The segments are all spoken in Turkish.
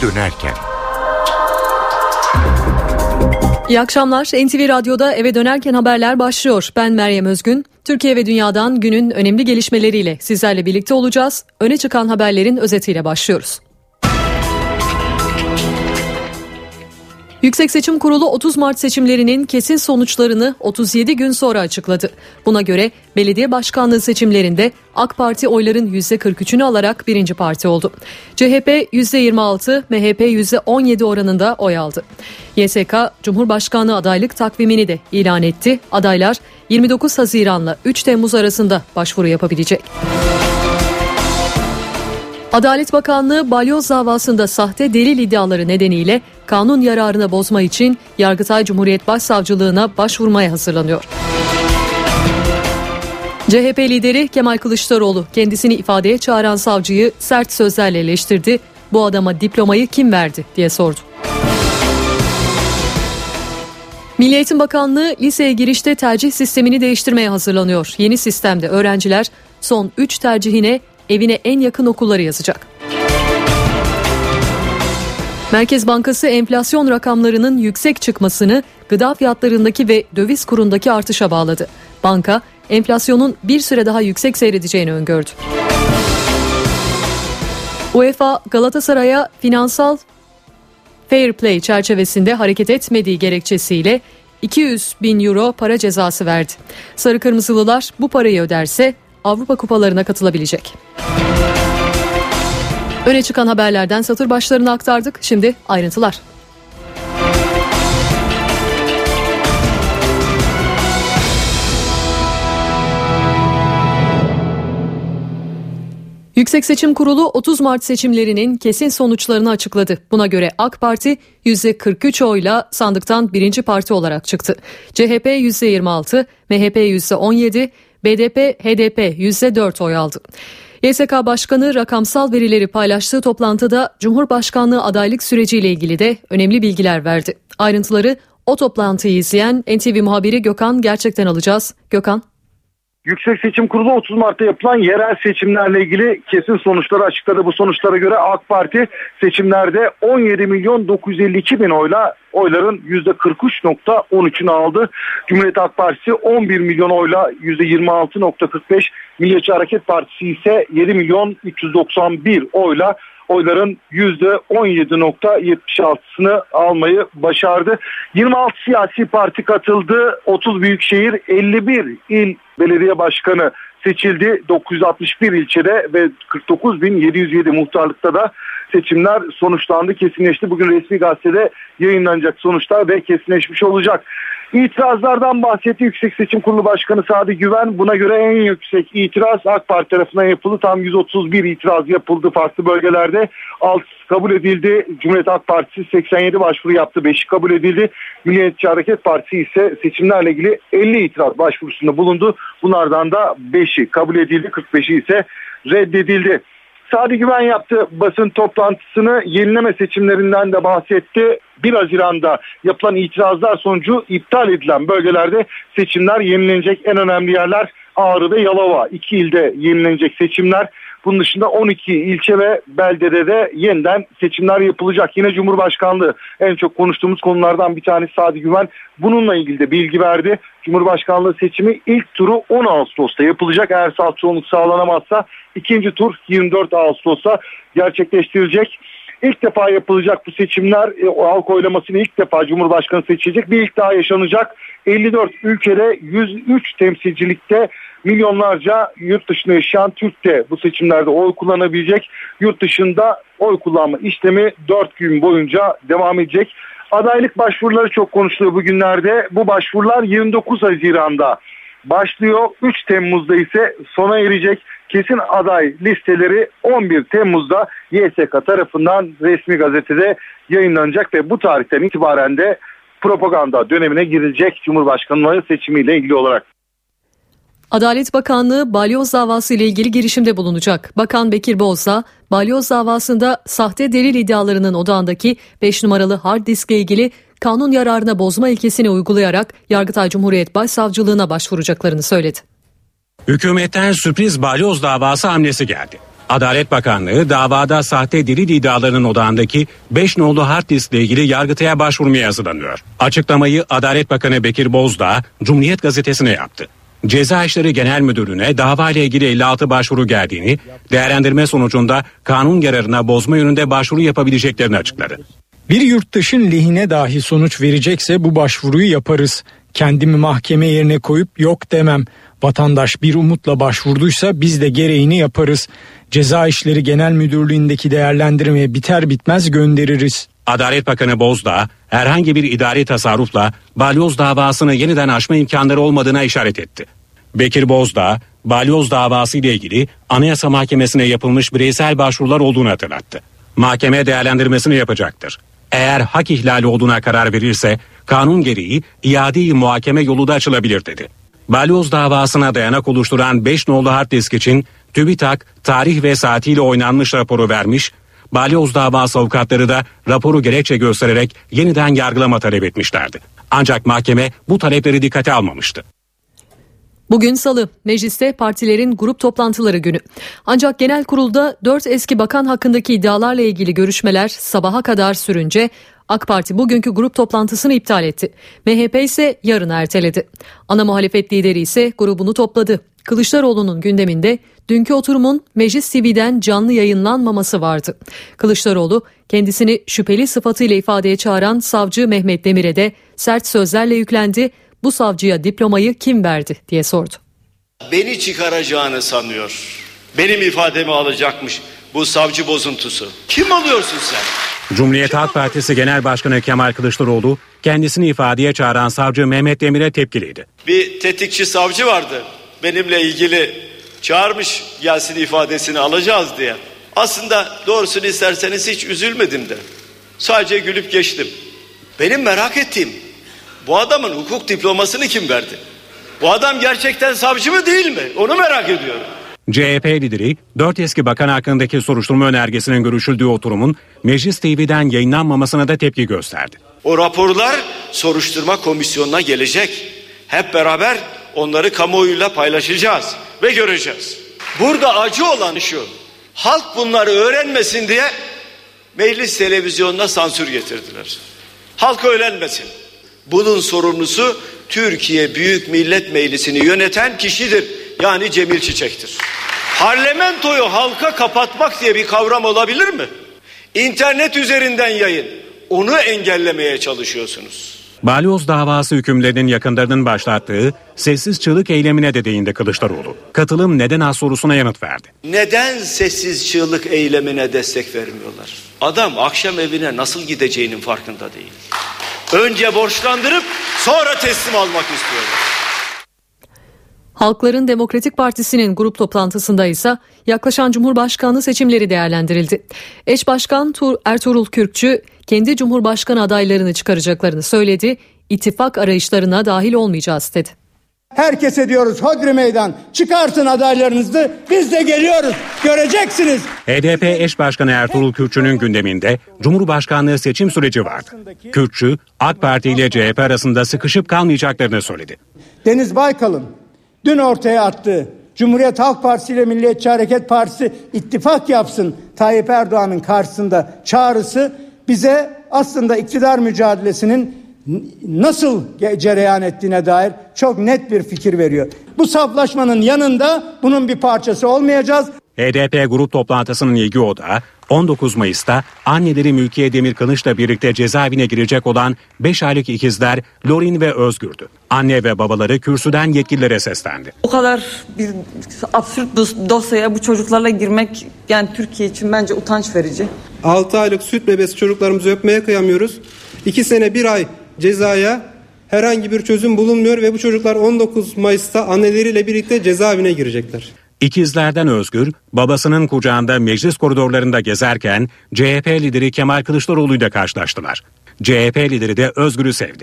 dönerken. İyi akşamlar. NTV Radyo'da Eve Dönerken haberler başlıyor. Ben Meryem Özgün. Türkiye ve dünyadan günün önemli gelişmeleriyle sizlerle birlikte olacağız. Öne çıkan haberlerin özetiyle başlıyoruz. Yüksek Seçim Kurulu 30 Mart seçimlerinin kesin sonuçlarını 37 gün sonra açıkladı. Buna göre belediye başkanlığı seçimlerinde AK Parti oyların %43'ünü alarak birinci parti oldu. CHP %26, MHP %17 oranında oy aldı. YSK Cumhurbaşkanlığı adaylık takvimini de ilan etti. Adaylar 29 Haziran'la 3 Temmuz arasında başvuru yapabilecek. Adalet Bakanlığı balyoz davasında sahte delil iddiaları nedeniyle kanun yararına bozma için Yargıtay Cumhuriyet Başsavcılığına başvurmaya hazırlanıyor. CHP lideri Kemal Kılıçdaroğlu kendisini ifadeye çağıran savcıyı sert sözlerle eleştirdi. Bu adama diplomayı kim verdi diye sordu. Milli Eğitim Bakanlığı liseye girişte tercih sistemini değiştirmeye hazırlanıyor. Yeni sistemde öğrenciler son 3 tercihine evine en yakın okulları yazacak. Merkez Bankası enflasyon rakamlarının yüksek çıkmasını gıda fiyatlarındaki ve döviz kurundaki artışa bağladı. Banka enflasyonun bir süre daha yüksek seyredeceğini öngördü. UEFA Galatasaray'a finansal fair play çerçevesinde hareket etmediği gerekçesiyle 200 bin euro para cezası verdi. Sarı Kırmızılılar bu parayı öderse Avrupa kupalarına katılabilecek. Öne çıkan haberlerden satır başlarını aktardık. Şimdi ayrıntılar. Yüksek Seçim Kurulu 30 Mart seçimlerinin kesin sonuçlarını açıkladı. Buna göre AK Parti %43 oyla sandıktan birinci parti olarak çıktı. CHP %26, MHP %17, BDP, HDP %4 oy aldı. YSK Başkanı rakamsal verileri paylaştığı toplantıda Cumhurbaşkanlığı adaylık süreciyle ilgili de önemli bilgiler verdi. Ayrıntıları o toplantıyı izleyen NTV muhabiri Gökhan Gerçek'ten alacağız. Gökhan. Yüksek Seçim Kurulu 30 Mart'ta yapılan yerel seçimlerle ilgili kesin sonuçları açıkladı. Bu sonuçlara göre AK Parti seçimlerde 17 milyon 952 bin oyla oyların %43.13'ünü aldı. Cumhuriyet Halk Partisi 11 milyon oyla %26.45, Milliyetçi Hareket Partisi ise 7 milyon 391 oyla oyların %17.76'sını almayı başardı. 26 siyasi parti katıldı. 30 büyükşehir, 51 il belediye başkanı seçildi. 961 ilçede ve 49.707 muhtarlıkta da seçimler sonuçlandı, kesinleşti. Bugün resmi gazetede yayınlanacak sonuçlar ve kesinleşmiş olacak. İtirazlardan bahsetti Yüksek Seçim Kurulu Başkanı Sadi Güven. Buna göre en yüksek itiraz AK Parti tarafından yapıldı. Tam 131 itiraz yapıldı farklı bölgelerde. 6 kabul edildi. Cumhuriyet Halk Partisi 87 başvuru yaptı. 5'i kabul edildi. Milliyetçi Hareket Partisi ise seçimlerle ilgili 50 itiraz başvurusunda bulundu. Bunlardan da 5'i kabul edildi. 45'i ise reddedildi. Sadi Güven yaptı basın toplantısını, yenileme seçimlerinden de bahsetti. 1 Haziran'da yapılan itirazlar sonucu iptal edilen bölgelerde seçimler yenilenecek. En önemli yerler Ağrı ve Yalova. 2 ilde yenilenecek seçimler. Bunun dışında 12 ilçe ve beldede de yeniden seçimler yapılacak. Yine Cumhurbaşkanlığı en çok konuştuğumuz konulardan bir tanesi. Sadi Güven bununla ilgili de bilgi verdi. Cumhurbaşkanlığı seçimi ilk turu 10 Ağustos'ta yapılacak. Eğer salt çoğunluk sağlanamazsa ikinci tur 24 Ağustos'ta gerçekleştirilecek. İlk defa yapılacak bu seçimler, halk oylamasıyla ilk defa Cumhurbaşkanı seçilecek. Bir ilk daha yaşanacak. 54 ülkede 103 temsilcilikte milyonlarca yurt dışında yaşayan Türk de bu seçimlerde oy kullanabilecek. Yurt dışında oy kullanma işlemi 4 gün boyunca devam edecek. Adaylık başvuruları çok konuşuluyor bugünlerde. Bu başvurular 29 Haziran'da başlıyor. 3 Temmuz'da ise sona erecek. Kesin aday listeleri 11 Temmuz'da YSK tarafından resmi gazetede yayınlanacak ve bu tarihten itibaren de propaganda dönemine girilecek Cumhurbaşkanlığı seçimiyle ilgili olarak. Adalet Bakanlığı balyoz davası ile ilgili girişimde bulunacak. Bakan Bekir Bozdağ, balyoz davasında sahte delil iddialarının odağındaki 5 numaralı hard diskle ilgili kanun yararına bozma ilkesini uygulayarak Yargıtay Cumhuriyet Başsavcılığına başvuracaklarını söyledi. Hükümetten sürpriz balyoz davası hamlesi geldi. Adalet Bakanlığı davada sahte delil iddialarının odağındaki 5 nolu hard diskle ilgili Yargıtay'a başvurmaya hazırlanıyor. Açıklamayı Adalet Bakanı Bekir Bozdağ Cumhuriyet Gazetesi'ne yaptı. Ceza İşleri Genel Müdürlüğü'ne davayla ilgili 56 başvuru geldiğini, değerlendirme sonucunda kanun yararına bozma yönünde başvuru yapabileceklerini açıkladı. Bir yurttaşın lehine dahi sonuç verecekse bu başvuruyu yaparız. Kendimi mahkeme yerine koyup yok demem. Vatandaş bir umutla başvurduysa biz de gereğini yaparız. Ceza İşleri Genel Müdürlüğü'ndeki değerlendirmeye biter bitmez göndeririz. Adalet Bakanı Bozdağ herhangi bir idari tasarrufla balyoz davasını yeniden açma imkanları olmadığına işaret etti. Bekir Bozdağ, balyoz davası ile ilgili Anayasa Mahkemesi'ne yapılmış bireysel başvurular olduğunu hatırlattı. Mahkeme değerlendirmesini yapacaktır. Eğer hak ihlali olduğuna karar verirse kanun gereği iade-i muhakeme yolu da açılabilir dedi. Balyoz davasına dayanak oluşturan 5 nolu hard disk için TÜBİTAK tarih ve saatiyle oynanmış raporu vermiş, balyoz davası avukatları da raporu gerekçe göstererek yeniden yargılama talep etmişlerdi. Ancak mahkeme bu talepleri dikkate almamıştı. Bugün Salı, mecliste partilerin grup toplantıları günü. Ancak genel kurulda 4 eski bakan hakkındaki iddialarla ilgili görüşmeler sabaha kadar sürünce AK Parti bugünkü grup toplantısını iptal etti. MHP ise yarın erteledi. Ana muhalefet lideri ise grubunu topladı. Kılıçdaroğlu'nun gündeminde dünkü oturumun Meclis TV'den canlı yayınlanmaması vardı. Kılıçdaroğlu kendisini şüpheli sıfatıyla ifadeye çağıran savcı Mehmet Demir'e de sert sözlerle yüklendi. Bu savcıya diplomayı kim verdi diye sordu. Beni çıkaracağını sanıyor. Benim ifademi alacakmış bu savcı bozuntusu. Kim oluyorsun sen? Cumhuriyet Halk Partisi Genel Başkanı Kemal Kılıçdaroğlu kendisini ifadeye çağıran savcı Mehmet Demir'e tepkiliydi. Bir tetikçi savcı vardı. Benimle ilgili çağırmış gelsin ifadesini alacağız diye. Aslında doğrusunu isterseniz hiç üzülmedim de. Sadece gülüp geçtim. Benim merak ettiğim bu adamın hukuk diplomasını kim verdi? Bu adam gerçekten savcı mı değil mi? Onu merak ediyorum. CHP lideri 4 eski bakan hakkındaki soruşturma önergesinin görüşüldüğü oturumun Meclis TV'den yayınlanmamasına da tepki gösterdi. O raporlar soruşturma komisyonuna gelecek. Hep beraber onları kamuoyuyla paylaşacağız ve göreceğiz. Burada acı olan şu. Halk bunları öğrenmesin diye meclis televizyonuna sansür getirdiler. Halk öğrenmesin. Bunun sorumlusu Türkiye Büyük Millet Meclisi'ni yöneten kişidir. Yani Cemil Çiçek'tir. Parlamentoyu halka kapatmak diye bir kavram olabilir mi? İnternet üzerinden yayın. Onu engellemeye çalışıyorsunuz. Balyoz davası hükümlerinin yakınlarının başlattığı sessiz çığlık eylemine de değindi Kılıçdaroğlu. Katılım neden az sorusuna yanıt verdi. Neden sessiz çığlık eylemine destek vermiyorlar? Adam akşam evine nasıl gideceğinin farkında değil. Önce borçlandırıp sonra teslim almak istiyorlar. Halkların Demokratik Partisi'nin grup toplantısında ise yaklaşan Cumhurbaşkanlığı seçimleri değerlendirildi. Eş Başkan Ertuğrul Kürkçü kendi Cumhurbaşkanı adaylarını çıkaracaklarını söyledi. İttifak arayışlarına dahil olmayacağız dedi. Herkese diyoruz hodri meydan, çıkartın adaylarınızı, biz de geliyoruz, göreceksiniz. HDP eş başkanı Ertuğrul Kürkçü'nün gündeminde Cumhurbaşkanlığı seçim süreci vardı. Kürkçü AK Parti ile CHP arasında sıkışıp kalmayacaklarını söyledi. Deniz Baykal'ın dün ortaya attığı Cumhuriyet Halk Partisi ile Milliyetçi Hareket Partisi ittifak yapsın Tayyip Erdoğan'ın karşısında çağrısı bize aslında iktidar mücadelesinin nasıl cereyan ettiğine dair çok net bir fikir veriyor. Bu saflaşmanın yanında bunun bir parçası olmayacağız. HDP grup toplantısının ilgi odağı 19 Mayıs'ta anneleri Mülkiye Demirkılıç'la birlikte cezaevine girecek olan 5 aylık ikizler Lorin ve Özgür'dü. Anne ve babaları kürsüden yetkililere seslendi. O kadar bir absürt dosyaya bu çocuklarla girmek yani Türkiye için bence utanç verici. 6 aylık süt bebesi çocuklarımızı öpmeye kıyamıyoruz. 2 sene 1 ay cezaya herhangi bir çözüm bulunmuyor ve bu çocuklar 19 Mayıs'ta anneleriyle birlikte cezaevine girecekler. İkizlerden Özgür, babasının kucağında meclis koridorlarında gezerken CHP lideri Kemal Kılıçdaroğlu'yla karşılaştılar. CHP lideri de Özgür'ü sevdi.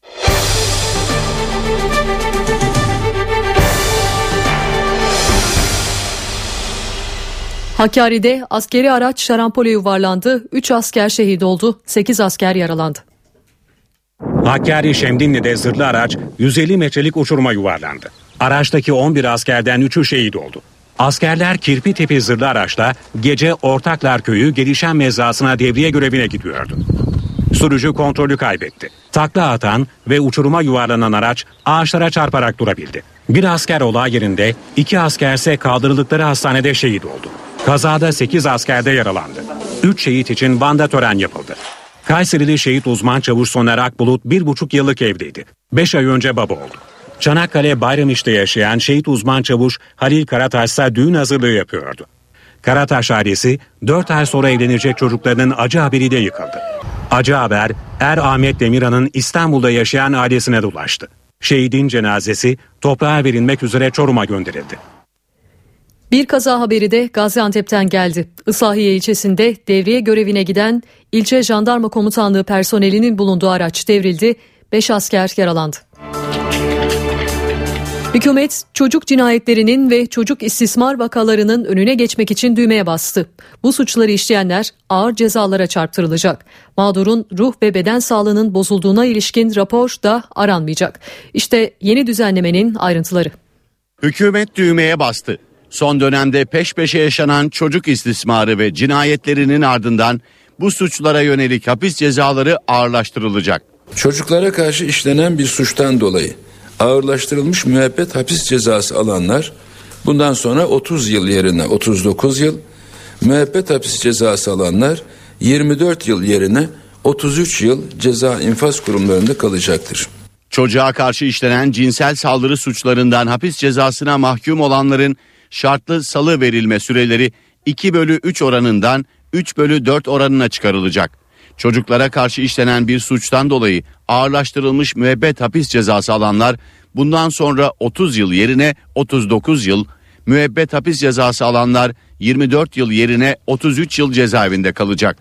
Hakkari'de askeri araç şarampole yuvarlandı, 3 asker şehit oldu, 8 asker yaralandı. Hakkari Şemdinli'de zırhlı araç 150 metrelik uçuruma yuvarlandı. Araçtaki 11 askerden 3'ü şehit oldu. Askerler kirpi tipi zırhlı araçla gece Ortaklar Köyü Gelişen Mezrası'na devriye görevine gidiyordu. Sürücü kontrolü kaybetti. Takla atan ve uçuruma yuvarlanan araç ağaçlara çarparak durabildi. Bir asker olay yerinde, 2 askerse kaldırıldıkları hastanede şehit oldu. Kazada 8 asker de yaralandı. 3 şehit için Van'da tören yapıldı. Kayserili şehit uzman çavuş Soner Akbulut 1,5 yıllık evliydi. 5 ay önce baba oldu. Çanakkale Bayramiş'te yaşayan şehit uzman çavuş Halil Karataş ise düğün hazırlığı yapıyordu. Karataş ailesi 4 ay sonra evlenecek çocuklarının acı haberiyle yıkıldı. Acı haber Ahmet Demirhan'ın İstanbul'da yaşayan ailesine de ulaştı. Şehidin cenazesi toprağa verilmek üzere Çorum'a gönderildi. Bir kaza haberi de Gaziantep'ten geldi. Isahiye ilçesinde devriye görevine giden ilçe jandarma komutanlığı personelinin bulunduğu araç devrildi. 5 asker yaralandı. Hükümet çocuk cinayetlerinin ve çocuk istismar vakalarının önüne geçmek için düğmeye bastı. Bu suçları işleyenler ağır cezalara çarptırılacak. Mağdurun ruh ve beden sağlığının bozulduğuna ilişkin rapor da aranmayacak. İşte yeni düzenlemenin ayrıntıları. Hükümet düğmeye bastı. Son dönemde peş peşe yaşanan çocuk istismarı ve cinayetlerinin ardından bu suçlara yönelik hapis cezaları ağırlaştırılacak. Çocuklara karşı işlenen bir suçtan dolayı ağırlaştırılmış müebbet hapis cezası alanlar bundan sonra 30 yıl yerine 39 yıl, müebbet hapis cezası alanlar 24 yıl yerine 33 yıl ceza infaz kurumlarında kalacaktır. Çocuğa karşı işlenen cinsel saldırı suçlarından hapis cezasına mahkum olanların şartlı salı verilme süreleri 2/3 oranından 3/4 oranına çıkarılacak. Çocuklara karşı işlenen bir suçtan dolayı ağırlaştırılmış müebbet hapis cezası alanlar bundan sonra 30 yıl yerine 39 yıl, müebbet hapis cezası alanlar 24 yıl yerine 33 yıl cezaevinde kalacak.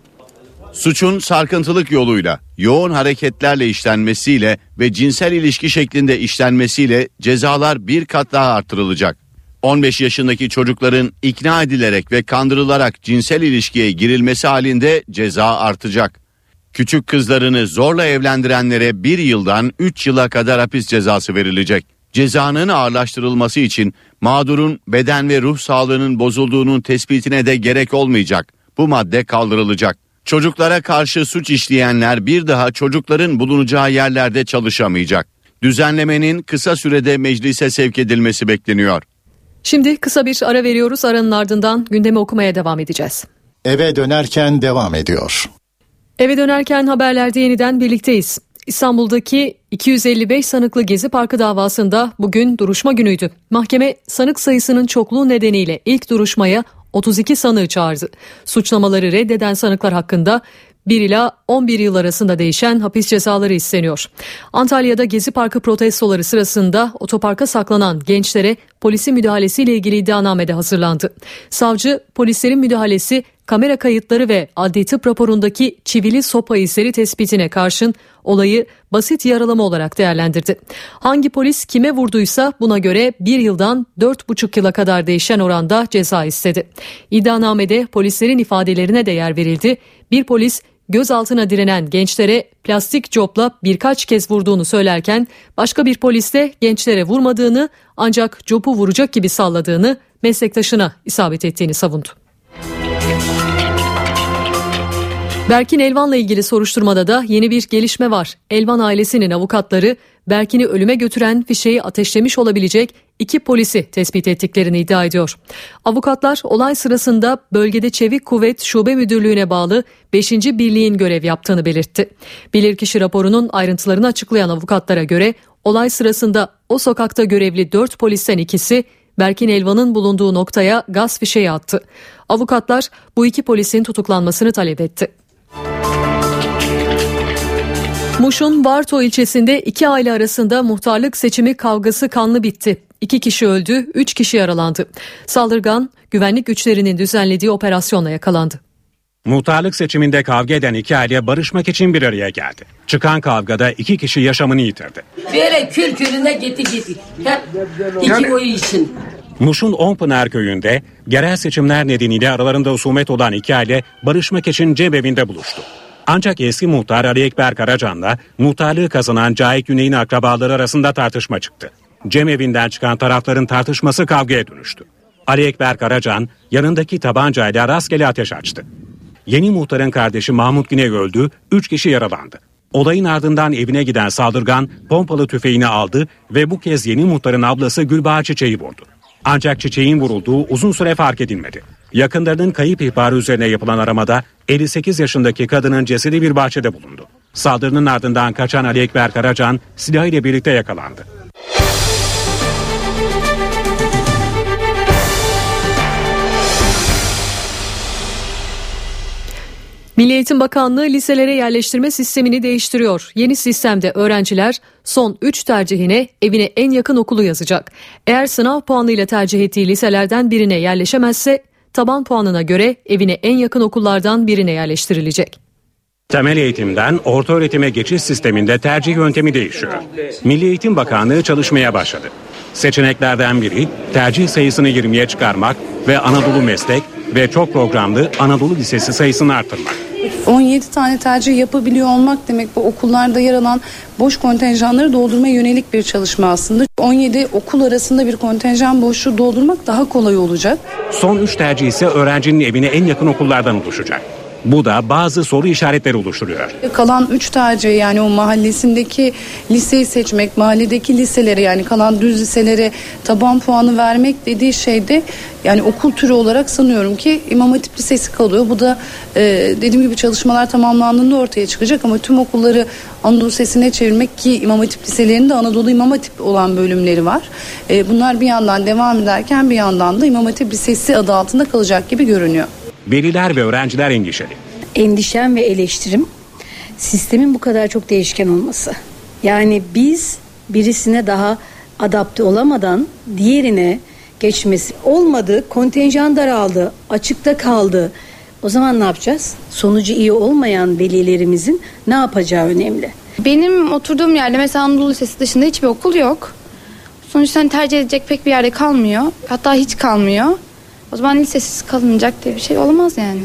Suçun sarkıntılık yoluyla, yoğun hareketlerle işlenmesiyle ve cinsel ilişki şeklinde işlenmesiyle cezalar bir kat daha artırılacak. 15 yaşındaki çocukların ikna edilerek ve kandırılarak cinsel ilişkiye girilmesi halinde ceza artacak. Küçük kızlarını zorla evlendirenlere 1 yıldan 3 yıla kadar hapis cezası verilecek. Cezanın ağırlaştırılması için mağdurun beden ve ruh sağlığının bozulduğunun tespitine de gerek olmayacak. Bu madde kaldırılacak. Çocuklara karşı suç işleyenler bir daha çocukların bulunacağı yerlerde çalışamayacak. Düzenlemenin kısa sürede meclise sevk edilmesi bekleniyor. Şimdi kısa bir ara veriyoruz. Aranın ardından gündemi okumaya devam edeceğiz. Eve dönerken devam ediyor. Eve dönerken haberlerde yeniden birlikteyiz. İstanbul'daki 255 sanıklı Gezi Parkı davasında bugün duruşma günüydü. Mahkeme sanık sayısının çokluğu nedeniyle ilk duruşmaya 32 sanığı çağırdı. Suçlamaları reddeden sanıklar hakkında 1 ila 11 yıl arasında değişen hapis cezaları isteniyor. Antalya'da Gezi Parkı protestoları sırasında otoparka saklanan gençlere polisin müdahalesiyle ilgili iddianamede hazırlandı. Savcı polislerin müdahalesi kamera kayıtları ve adli tıp raporundaki çivili sopa izleri tespitine karşın olayı basit yaralama olarak değerlendirdi. Hangi polis kime vurduysa buna göre 1 yıldan 4,5 yıla kadar değişen oranda ceza istedi. İddianamede polislerin ifadelerine de yer verildi. Bir polis gözaltına direnen gençlere plastik copla birkaç kez vurduğunu söylerken başka bir polis de gençlere vurmadığını ancak copu vuracak gibi salladığını, meslektaşına isabet ettiğini savundu. Berkin Elvan'la ilgili soruşturmada da yeni bir gelişme var. Elvan ailesinin avukatları Berkin'i ölüme götüren fişeği ateşlemiş olabilecek 2 polisi tespit ettiklerini iddia ediyor. Avukatlar olay sırasında bölgede Çevik Kuvvet Şube Müdürlüğü'ne bağlı 5. Birliğin görev yaptığını belirtti. Bilirkişi raporunun ayrıntılarını açıklayan avukatlara göre olay sırasında o sokakta görevli 4 polisten ikisi Berkin Elvan'ın bulunduğu noktaya gaz fişeği attı. Avukatlar bu 2 polisin tutuklanmasını talep etti. Muş'un Varto ilçesinde 2 aile arasında muhtarlık seçimi kavgası kanlı bitti. 2 kişi öldü, 3 kişi yaralandı. Saldırgan güvenlik güçlerinin düzenlediği operasyonla yakalandı. Muhtarlık seçiminde kavga eden 2 aile barışmak için bir araya geldi. Çıkan kavgada 2 kişi yaşamını yitirdi. Böyle kültürüne gitti. Hep 2 oy için. Muş'un Onpınar köyünde yerel seçimler nedeniyle aralarında husumet olan 2 aile barışmak için cemevinde buluştu. Ancak eski muhtar Ali Ekber Karacan'la muhtarlığı kazanan Cahit Güney'in akrabaları arasında tartışma çıktı. Cemevinden çıkan tarafların tartışması kavgaya dönüştü. Ali Ekber Karacan yanındaki tabancayla rastgele ateş açtı. Yeni muhtarın kardeşi Mahmut Güney öldü, 3 kişi yaralandı. Olayın ardından evine giden saldırgan pompalı tüfeğini aldı ve bu kez yeni muhtarın ablası Gülbahar Çiçek'i vurdu. Ancak Çiçek'in vurulduğu uzun süre fark edilmedi. Yakınlarının kayıp ihbarı üzerine yapılan aramada 58 yaşındaki kadının cesedi bir bahçede bulundu. Saldırının ardından kaçan Ali Ekber Karacan silahıyla birlikte yakalandı. Milli Eğitim Bakanlığı liselere yerleştirme sistemini değiştiriyor. Yeni sistemde öğrenciler son 3 tercihine evine en yakın okulu yazacak. Eğer sınav puanıyla tercih ettiği liselerden birine yerleşemezse taban puanına göre evine en yakın okullardan birine yerleştirilecek. Temel eğitimden ortaöğretime geçiş sisteminde tercih yöntemi değişiyor. Milli Eğitim Bakanlığı çalışmaya başladı. Seçeneklerden biri tercih sayısını 20'ye çıkarmak ve Anadolu Meslek ve çok programlı Anadolu Lisesi sayısını artırmak. 17 tane tercih yapabiliyor olmak demek bu okullarda yer alan boş kontenjanları doldurmaya yönelik bir çalışma aslında. 17 okul arasında bir kontenjan boşluğu doldurmak daha kolay olacak. Son 3 tercih ise öğrencinin evine en yakın okullardan oluşacak. Bu da bazı soru işaretleri oluşturuyor. Kalan 3 tercih yani o mahallesindeki liseyi seçmek, mahalledeki liselere yani kalan düz liselere taban puanı vermek dediği şeyde yani okul türü olarak sanıyorum ki İmam Hatip Lisesi kalıyor. Bu da dediğim gibi çalışmalar tamamlandığında ortaya çıkacak ama tüm okulları Anadolu Lisesi'ne çevirmek ki İmam Hatip Liselerinde Anadolu İmam Hatip olan bölümleri var. Bunlar bir yandan devam ederken bir yandan da İmam Hatip Lisesi adı altında kalacak gibi görünüyor. Veliler ve öğrenciler endişeli. Endişem ve eleştirim sistemin bu kadar çok değişken olması. Yani biz birisine daha adapte olamadan diğerine geçmesi olmadı, kontenjan daraldı, açıkta kaldı. O zaman ne yapacağız? Sonucu iyi olmayan velilerimizin ne yapacağı önemli. Benim oturduğum yerde mesela Anadolu Lisesi dışında hiçbir okul yok. Sonuçta tercih edecek pek bir yerde kalmıyor. Hatta hiç kalmıyor. O zaman lisesiz kalınacak diye bir şey olamaz yani.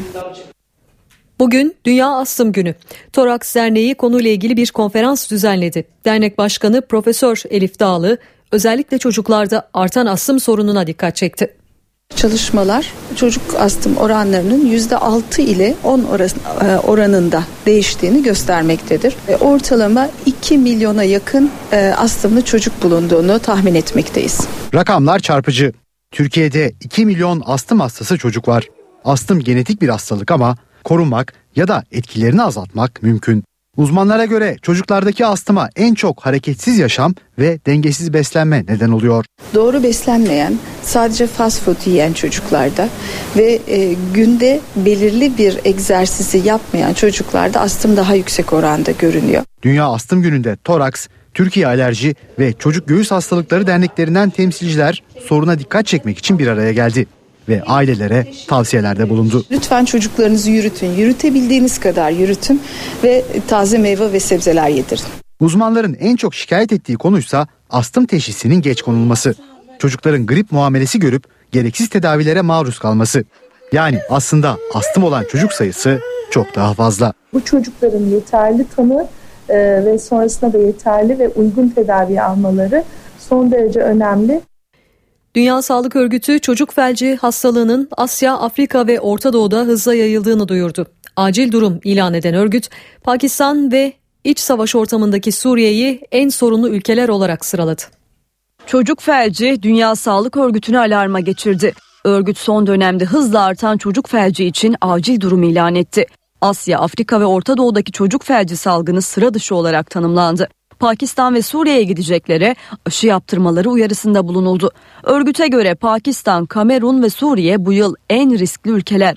Bugün Dünya Astım Günü. Toraks Derneği konuyla ilgili bir konferans düzenledi. Dernek Başkanı Profesör Elif Dağlı özellikle çocuklarda artan astım sorununa dikkat çekti. Çalışmalar çocuk astım oranlarının %6 ile 10 oranında değiştiğini göstermektedir. Ortalama 2 milyona yakın astımlı çocuk bulunduğunu tahmin etmekteyiz. Rakamlar çarpıcı. Türkiye'de 2 milyon astım hastası çocuk var. Astım genetik bir hastalık ama korunmak ya da etkilerini azaltmak mümkün. Uzmanlara göre çocuklardaki astıma en çok hareketsiz yaşam ve dengesiz beslenme neden oluyor. Doğru beslenmeyen, sadece fast food yiyen çocuklarda ve günde belirli bir egzersizi yapmayan çocuklarda astım daha yüksek oranda görünüyor. Dünya Astım Günü'nde Toraks, Türkiye Alerji ve Çocuk Göğüs Hastalıkları Derneklerinden temsilciler soruna dikkat çekmek için bir araya geldi ve ailelere tavsiyelerde bulundu. Lütfen çocuklarınızı yürütün, yürütebildiğiniz kadar yürütün ve taze meyve ve sebzeler yedirin. Uzmanların en çok şikayet ettiği konuysa astım teşhisinin geç konulması. Çocukların grip muamelesi görüp gereksiz tedavilere maruz kalması. Yani aslında astım olan çocuk sayısı çok daha fazla. Bu çocukların yeterli tanı ve sonrasında da yeterli ve uygun tedavi almaları son derece önemli. Dünya Sağlık Örgütü çocuk felci hastalığının Asya, Afrika ve Orta Doğu'da hızla yayıldığını duyurdu. Acil durum ilan eden örgüt, Pakistan ve iç savaş ortamındaki Suriye'yi en sorunlu ülkeler olarak sıraladı. Çocuk felci Dünya Sağlık Örgütü'nü alarma geçirdi. Örgüt son dönemde hızla artan çocuk felci için acil durum ilan etti. Asya, Afrika ve Orta Doğu'daki çocuk felci salgını sıra dışı olarak tanımlandı. Pakistan ve Suriye'ye gideceklere aşı yaptırmaları uyarısında bulunuldu. Örgüte göre Pakistan, Kamerun ve Suriye bu yıl en riskli ülkeler.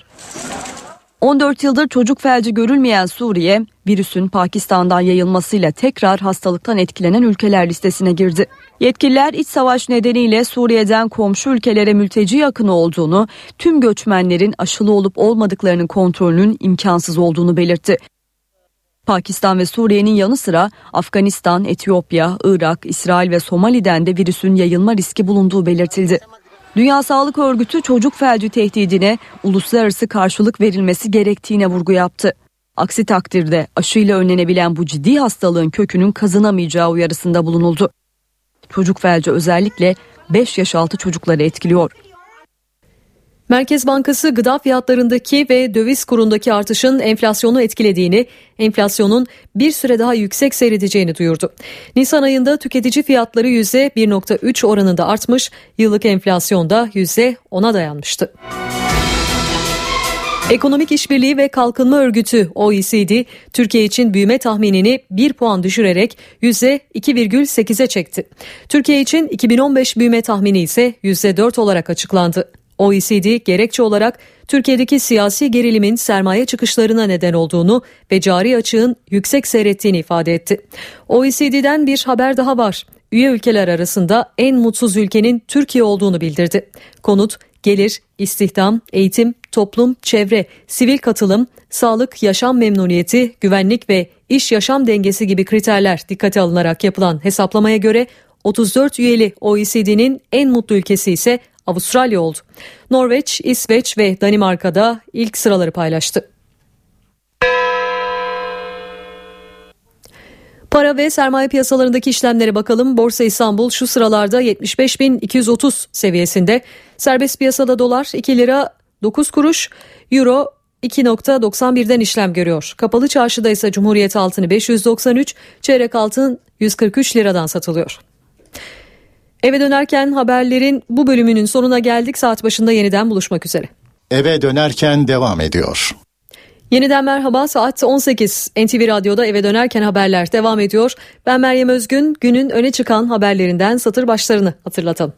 14 yıldır çocuk felci görülmeyen Suriye, virüsün Pakistan'dan yayılmasıyla tekrar hastalıktan etkilenen ülkeler listesine girdi. Yetkililer iç savaş nedeniyle Suriye'den komşu ülkelere mülteci akını olduğunu, tüm göçmenlerin aşılı olup olmadıklarının kontrolünün imkansız olduğunu belirtti. Pakistan ve Suriye'nin yanı sıra Afganistan, Etiyopya, Irak, İsrail ve Somali'den de virüsün yayılma riski bulunduğu belirtildi. Dünya Sağlık Örgütü çocuk felci tehdidine uluslararası karşılık verilmesi gerektiğine vurgu yaptı. Aksi takdirde aşıyla önlenebilen bu ciddi hastalığın kökünün kazınamayacağı uyarısında bulunuldu. Çocuk felci özellikle 5 yaş altı çocukları etkiliyor. Merkez Bankası gıda fiyatlarındaki ve döviz kurundaki artışın enflasyonu etkilediğini, enflasyonun bir süre daha yüksek seyredeceğini duyurdu. Nisan ayında tüketici fiyatları %1.3 oranında artmış, yıllık enflasyonda %10'a dayanmıştı. Ekonomik İşbirliği ve Kalkınma Örgütü OECD, Türkiye için büyüme tahminini 1 puan düşürerek %2,8'e çekti. Türkiye için 2015 büyüme tahmini ise %4 olarak açıklandı. OECD gerekçe olarak Türkiye'deki siyasi gerilimin sermaye çıkışlarına neden olduğunu ve cari açığın yüksek seyrettiğini ifade etti. OECD'den bir haber daha var. Üye ülkeler arasında en mutsuz ülkenin Türkiye olduğunu bildirdi. Konut, gelir, istihdam, eğitim, toplum, çevre, sivil katılım, sağlık, yaşam memnuniyeti, güvenlik ve iş-yaşam dengesi gibi kriterler dikkate alınarak yapılan hesaplamaya göre 34 üyeli OECD'nin en mutlu ülkesi ise Avustralya oldu. Norveç, İsveç ve Danimarka'da ilk sıraları paylaştı. Para ve sermaye piyasalarındaki işlemlere bakalım. Borsa İstanbul şu sıralarda 75.230 seviyesinde. Serbest piyasada dolar 2 lira 9 kuruş, euro 2.91'den işlem görüyor. Kapalı çarşıda ise Cumhuriyet altını 593, çeyrek altın 143 liradan satılıyor. Eve dönerken haberlerin bu bölümünün sonuna geldik. Saat başında yeniden buluşmak üzere. Eve dönerken devam ediyor. Yeniden merhaba, saat 18. NTV Radyo'da eve dönerken haberler devam ediyor. Ben Meryem Özgün, günün öne çıkan haberlerinden satır başlarını hatırlatalım.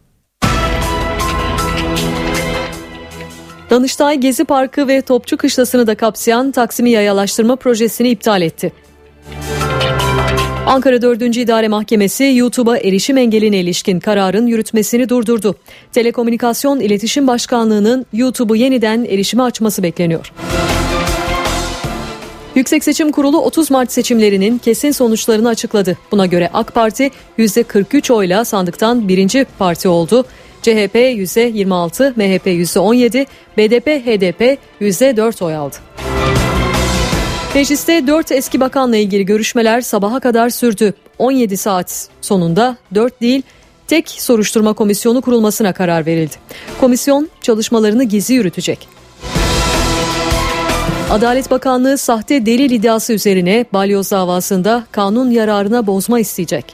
Danıştay Gezi Parkı ve Topçu Kışlası'nı da kapsayan Taksim'i yayalaştırma projesini iptal etti. Ankara 4. İdare Mahkemesi YouTube'a erişim engeline ilişkin kararın yürütmesini durdurdu. Telekomünikasyon İletişim Başkanlığı'nın YouTube'u yeniden erişime açması bekleniyor. Yüksek Seçim Kurulu 30 Mart seçimlerinin kesin sonuçlarını açıkladı. Buna göre AK Parti %43 oyla sandıktan birinci parti oldu. CHP %26, MHP %17, BDP, HDP %4 oy aldı. Mecliste 4 eski bakanla ilgili görüşmeler sabaha kadar sürdü. 17 saat sonunda 4 değil, tek soruşturma komisyonu kurulmasına karar verildi. Komisyon çalışmalarını gizli yürütecek. Adalet Bakanlığı sahte delil iddiası üzerine balyoz davasında kanun yararına bozma isteyecek.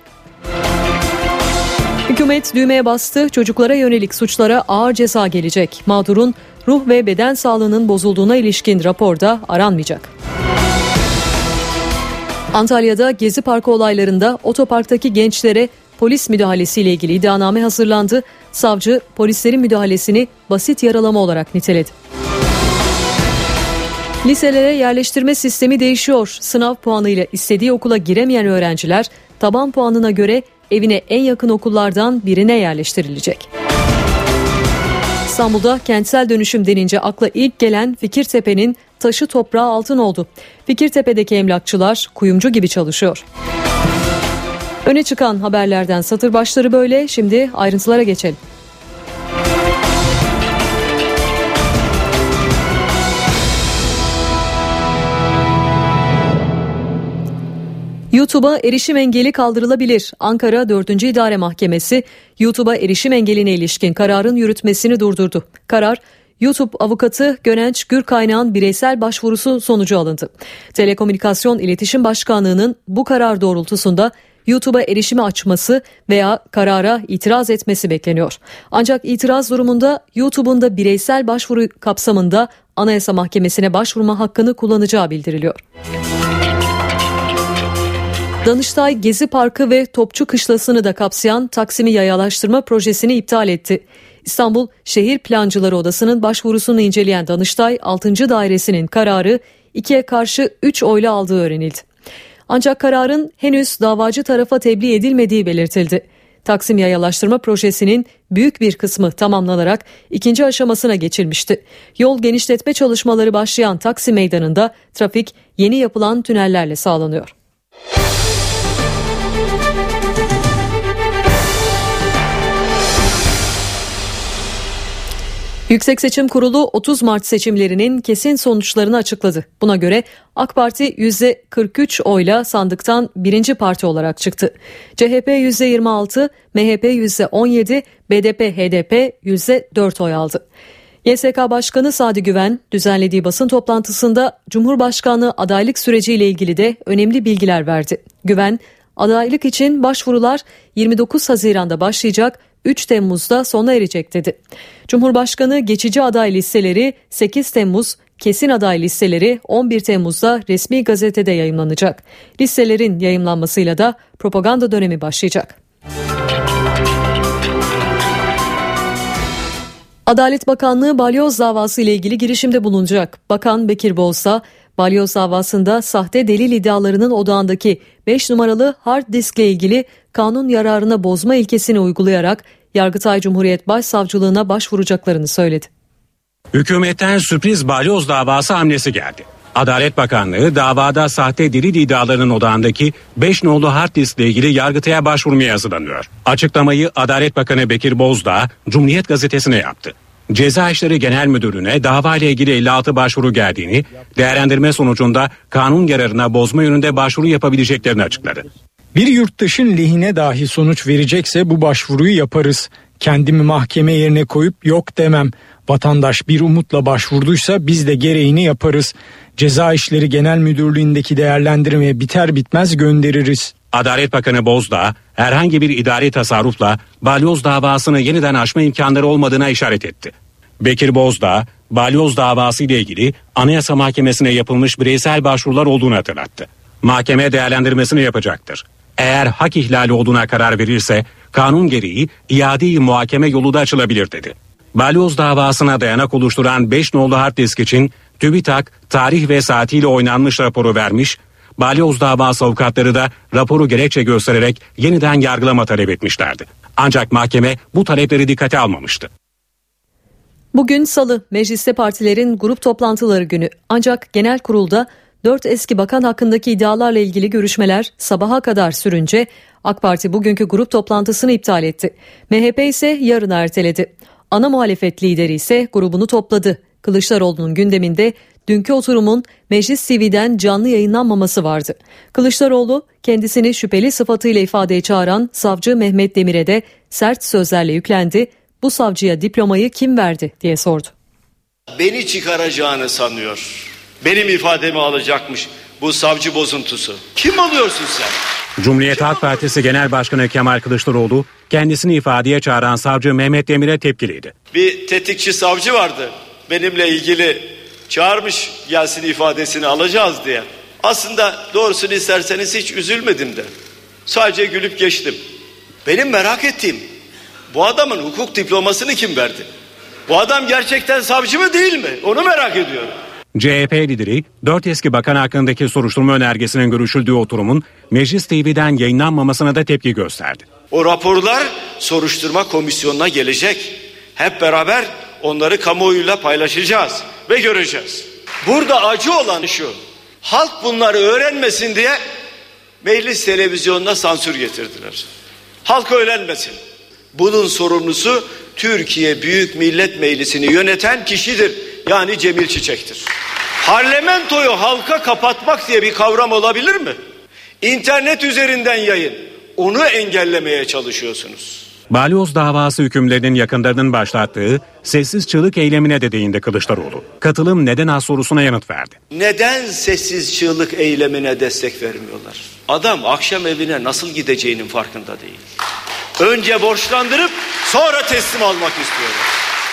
Hükümet düğmeye bastı, çocuklara yönelik suçlara ağır ceza gelecek. Mağdurun ruh ve beden sağlığının bozulduğuna ilişkin raporda aranmayacak. Antalya'da Gezi Parkı olaylarında otoparktaki gençlere polis müdahalesiyle ilgili iddianame hazırlandı. Savcı polislerin müdahalesini basit yaralama olarak niteledi. Liselere yerleştirme sistemi değişiyor. Sınav puanıyla istediği okula giremeyen öğrenciler taban puanına göre evine en yakın okullardan birine yerleştirilecek. İstanbul'da kentsel dönüşüm denince akla ilk gelen Fikirtepe'nin taşı toprağı altın oldu. Fikirtepe'deki emlakçılar kuyumcu gibi çalışıyor. Öne çıkan haberlerden satır başları böyle. Şimdi ayrıntılara geçelim. YouTube'a erişim engeli kaldırılabilir. Ankara 4. İdare Mahkemesi YouTube'a erişim engeline ilişkin kararın yürütmesini durdurdu. Karar, YouTube avukatı Gönenç Gürkaynak'ın bireysel başvurusu sonucu alındı. Telekomünikasyon İletişim Başkanlığı'nın bu karar doğrultusunda YouTube'a erişimi açması veya karara itiraz etmesi bekleniyor. Ancak itiraz durumunda YouTube'un da bireysel başvuru kapsamında Anayasa Mahkemesi'ne başvurma hakkını kullanacağı bildiriliyor. Danıştay Gezi Parkı ve Topçu Kışlası'nı da kapsayan Taksim'i yayalaştırma projesini iptal etti. İstanbul Şehir Plancıları Odası'nın başvurusunu inceleyen Danıştay 6. Dairesi'nin kararı 2'ye karşı 3 oyla aldığı öğrenildi. Ancak kararın henüz davacı tarafa tebliğ edilmediği belirtildi. Taksim yayalaştırma projesinin büyük bir kısmı tamamlanarak ikinci aşamasına geçilmişti. Yol genişletme çalışmaları başlayan Taksim Meydanı'nda trafik yeni yapılan tünellerle sağlanıyor. Yüksek Seçim Kurulu 30 Mart seçimlerinin kesin sonuçlarını açıkladı. Buna göre AK Parti %43 oyla sandıktan birinci parti olarak çıktı. CHP %26, MHP %17, BDP, HDP %4 oy aldı. YSK Başkanı Sadi Güven düzenlediği basın toplantısında Cumhurbaşkanlığı adaylık süreciyle ilgili de önemli bilgiler verdi. Güven, adaylık için başvurular 29 Haziran'da başlayacak, 3 Temmuz'da sona erecek dedi. Cumhurbaşkanı geçici aday listeleri 8 Temmuz, kesin aday listeleri 11 Temmuz'da resmi gazetede yayımlanacak. Listelerin yayımlanmasıyla da propaganda dönemi başlayacak. Adalet Bakanlığı balyoz davası ile ilgili girişimde bulunacak. Bakan Bekir Bozdağ, balyoz davasında sahte delil iddialarının odağındaki 5 numaralı hard diskle ilgili kanun yararına bozma ilkesini uygulayarak Yargıtay Cumhuriyet Başsavcılığına başvuracaklarını söyledi. Hükümetten sürpriz balyoz davası hamlesi geldi. Adalet Bakanlığı davada sahte delil iddialarının odağındaki 5 nolu hard diskle ilgili Yargıtay'a başvurmaya hazırlanıyor. Açıklamayı Adalet Bakanı Bekir Bozdağ Cumhuriyet Gazetesi'ne yaptı. Ceza İşleri Genel Müdürlüğü'ne dava ile ilgili 56 başvuru geldiğini, değerlendirme sonucunda kanun yararına bozma yönünde başvuru yapabileceklerini açıkladı. Bir yurttaşın lehine dahi sonuç verecekse bu başvuruyu yaparız. Kendimi mahkeme yerine koyup yok demem. Vatandaş bir umutla başvurduysa biz de gereğini yaparız. Ceza İşleri Genel Müdürlüğü'ndeki değerlendirmeye biter bitmez göndeririz. Adalet Bakanı Bozdağ herhangi bir idari tasarrufla balyoz davasını yeniden açma imkanları olmadığına işaret etti. Bekir Bozdağ, balyoz davası ile ilgili Anayasa Mahkemesi'ne yapılmış bireysel başvurular olduğunu hatırlattı. Mahkeme değerlendirmesini yapacaktır. Eğer hak ihlali olduğuna karar verirse kanun gereği iade-i muhakeme yolu da açılabilir dedi. Balyoz davasına dayanak oluşturan 5 nolu hard disk için TÜBİTAK tarih ve saatiyle oynanmış raporu vermiş, balyoz davası avukatları da raporu gerekçe göstererek yeniden yargılama talep etmişlerdi. Ancak mahkeme bu talepleri dikkate almamıştı. Bugün Salı, mecliste partilerin grup toplantıları günü. Ancak genel kurulda 4 eski bakan hakkındaki iddialarla ilgili görüşmeler sabaha kadar sürünce AK Parti bugünkü grup toplantısını iptal etti. MHP ise yarına erteledi. Ana muhalefet lideri ise grubunu topladı. Kılıçdaroğlu'nun gündeminde dünkü oturumun Meclis TV'den canlı yayınlanmaması vardı. Kılıçdaroğlu kendisini şüpheli sıfatıyla ifadeye çağıran savcı Mehmet Demir'e de sert sözlerle yüklendi. Bu savcıya diplomayı kim verdi diye sordu. Beni çıkaracağını sanıyor. Benim ifademi alacakmış bu savcı bozuntusu. Kim oluyorsun sen? Cumhuriyet Halk Partisi Genel Başkanı Kemal Kılıçdaroğlu kendisini ifadeye çağıran savcı Mehmet Demir'e tepkiliydi. Bir tetikçi savcı vardı. Benimle ilgili çağırmış gelsin ifadesini alacağız diye. Aslında doğrusunu isterseniz hiç üzülmedim de. Sadece gülüp geçtim. Benim merak ettiğim bu adamın hukuk diplomasını kim verdi? Bu adam gerçekten savcı mı değil mi? Onu merak ediyorum. CHP lideri 4 eski bakan hakkındaki soruşturma önergesinin görüşüldüğü oturumun Meclis TV'den yayınlanmamasına da tepki gösterdi. O raporlar soruşturma komisyonuna gelecek. Hep beraber onları kamuoyuyla paylaşacağız ve göreceğiz. Burada acı olan şu. Halk bunları öğrenmesin diye meclis televizyonuna sansür getirdiler. Halk öğrenmesin. Bunun sorumlusu Türkiye Büyük Millet Meclisi'ni yöneten kişidir. Yani Cemil Çiçek'tir. Parlamentoyu halka kapatmak diye bir kavram olabilir mi? İnternet üzerinden yayın. Onu engellemeye çalışıyorsunuz. Balyoz davası hükümlerinin yakınlarının başlattığı sessiz çığlık eylemine de değindi Kılıçdaroğlu. Katılım neden az sorusuna yanıt verdi. Neden sessiz çığlık eylemine destek vermiyorlar? Adam akşam evine nasıl gideceğinin farkında değil. Önce borçlandırıp sonra teslim almak istiyorlar.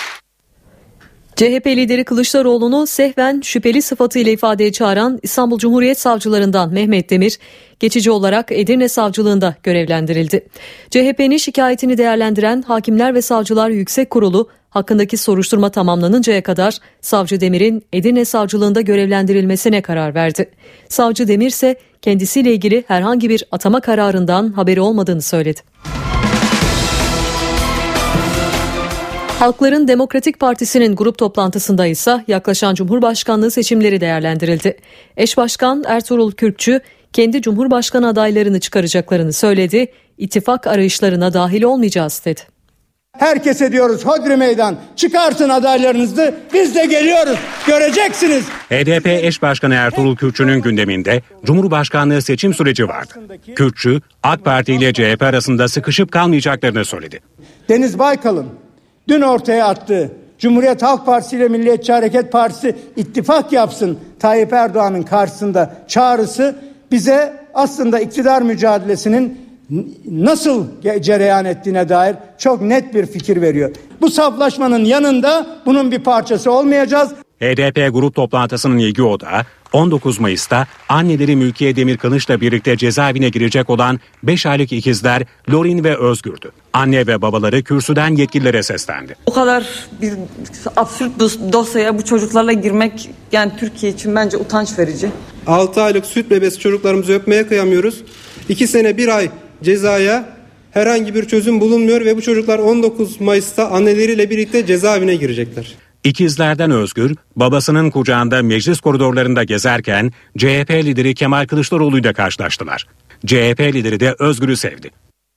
CHP lideri Kılıçdaroğlu'nu sehven şüpheli sıfatıyla ifadeye çağıran İstanbul Cumhuriyet Savcılarından Mehmet Demir, geçici olarak Edirne Savcılığında görevlendirildi. CHP'nin şikayetini değerlendiren Hakimler ve Savcılar Yüksek Kurulu, hakkındaki soruşturma tamamlanıncaya kadar Savcı Demir'in Edirne Savcılığında görevlendirilmesine karar verdi. Savcı Demir ise kendisiyle ilgili herhangi bir atama kararından haberi olmadığını söyledi. Halkların Demokratik Partisi'nin grup toplantısında ise yaklaşan Cumhurbaşkanlığı seçimleri değerlendirildi. Eş Başkan Ertuğrul Kürkçü kendi Cumhurbaşkanı adaylarını çıkaracaklarını söyledi. İttifak arayışlarına dahil olmayacağız dedi. Herkese diyoruz hodri meydan, çıkartın adaylarınızı, biz de geliyoruz, göreceksiniz. HDP eş başkanı Ertuğrul Kürkçü'nün gündeminde Cumhurbaşkanlığı seçim süreci vardı. Kürkçü, AK Parti ile CHP arasında sıkışıp kalmayacaklarını söyledi. Deniz Baykal'ın dün ortaya attığı Cumhuriyet Halk Partisi ile Milliyetçi Hareket Partisi ittifak yapsın Tayyip Erdoğan'ın karşısında çağrısı bize aslında iktidar mücadelesinin nasıl cereyan ettiğine dair çok net bir fikir veriyor. Bu saflaşmanın yanında bunun bir parçası olmayacağız. HDP grup toplantısının ilgi odağı 19 Mayıs'ta anneleri Mülkiye Demirkılıç'la birlikte cezaevine girecek olan 5 aylık ikizler Lorin ve Özgür'dü. Anne ve babaları kürsüden yetkililere seslendi. O kadar bir absürt bir dosyaya bu çocuklarla girmek yani Türkiye için bence utanç verici. 6 aylık süt bebesi çocuklarımızı öpmeye kıyamıyoruz. 2 sene 1 ay cezaya herhangi bir çözüm bulunmuyor ve bu çocuklar 19 Mayıs'ta anneleriyle birlikte cezaevine girecekler. İkizlerden Özgür, babasının kucağında meclis koridorlarında gezerken CHP lideri Kemal Kılıçdaroğlu ile karşılaştılar. CHP lideri de Özgür'ü sevdi.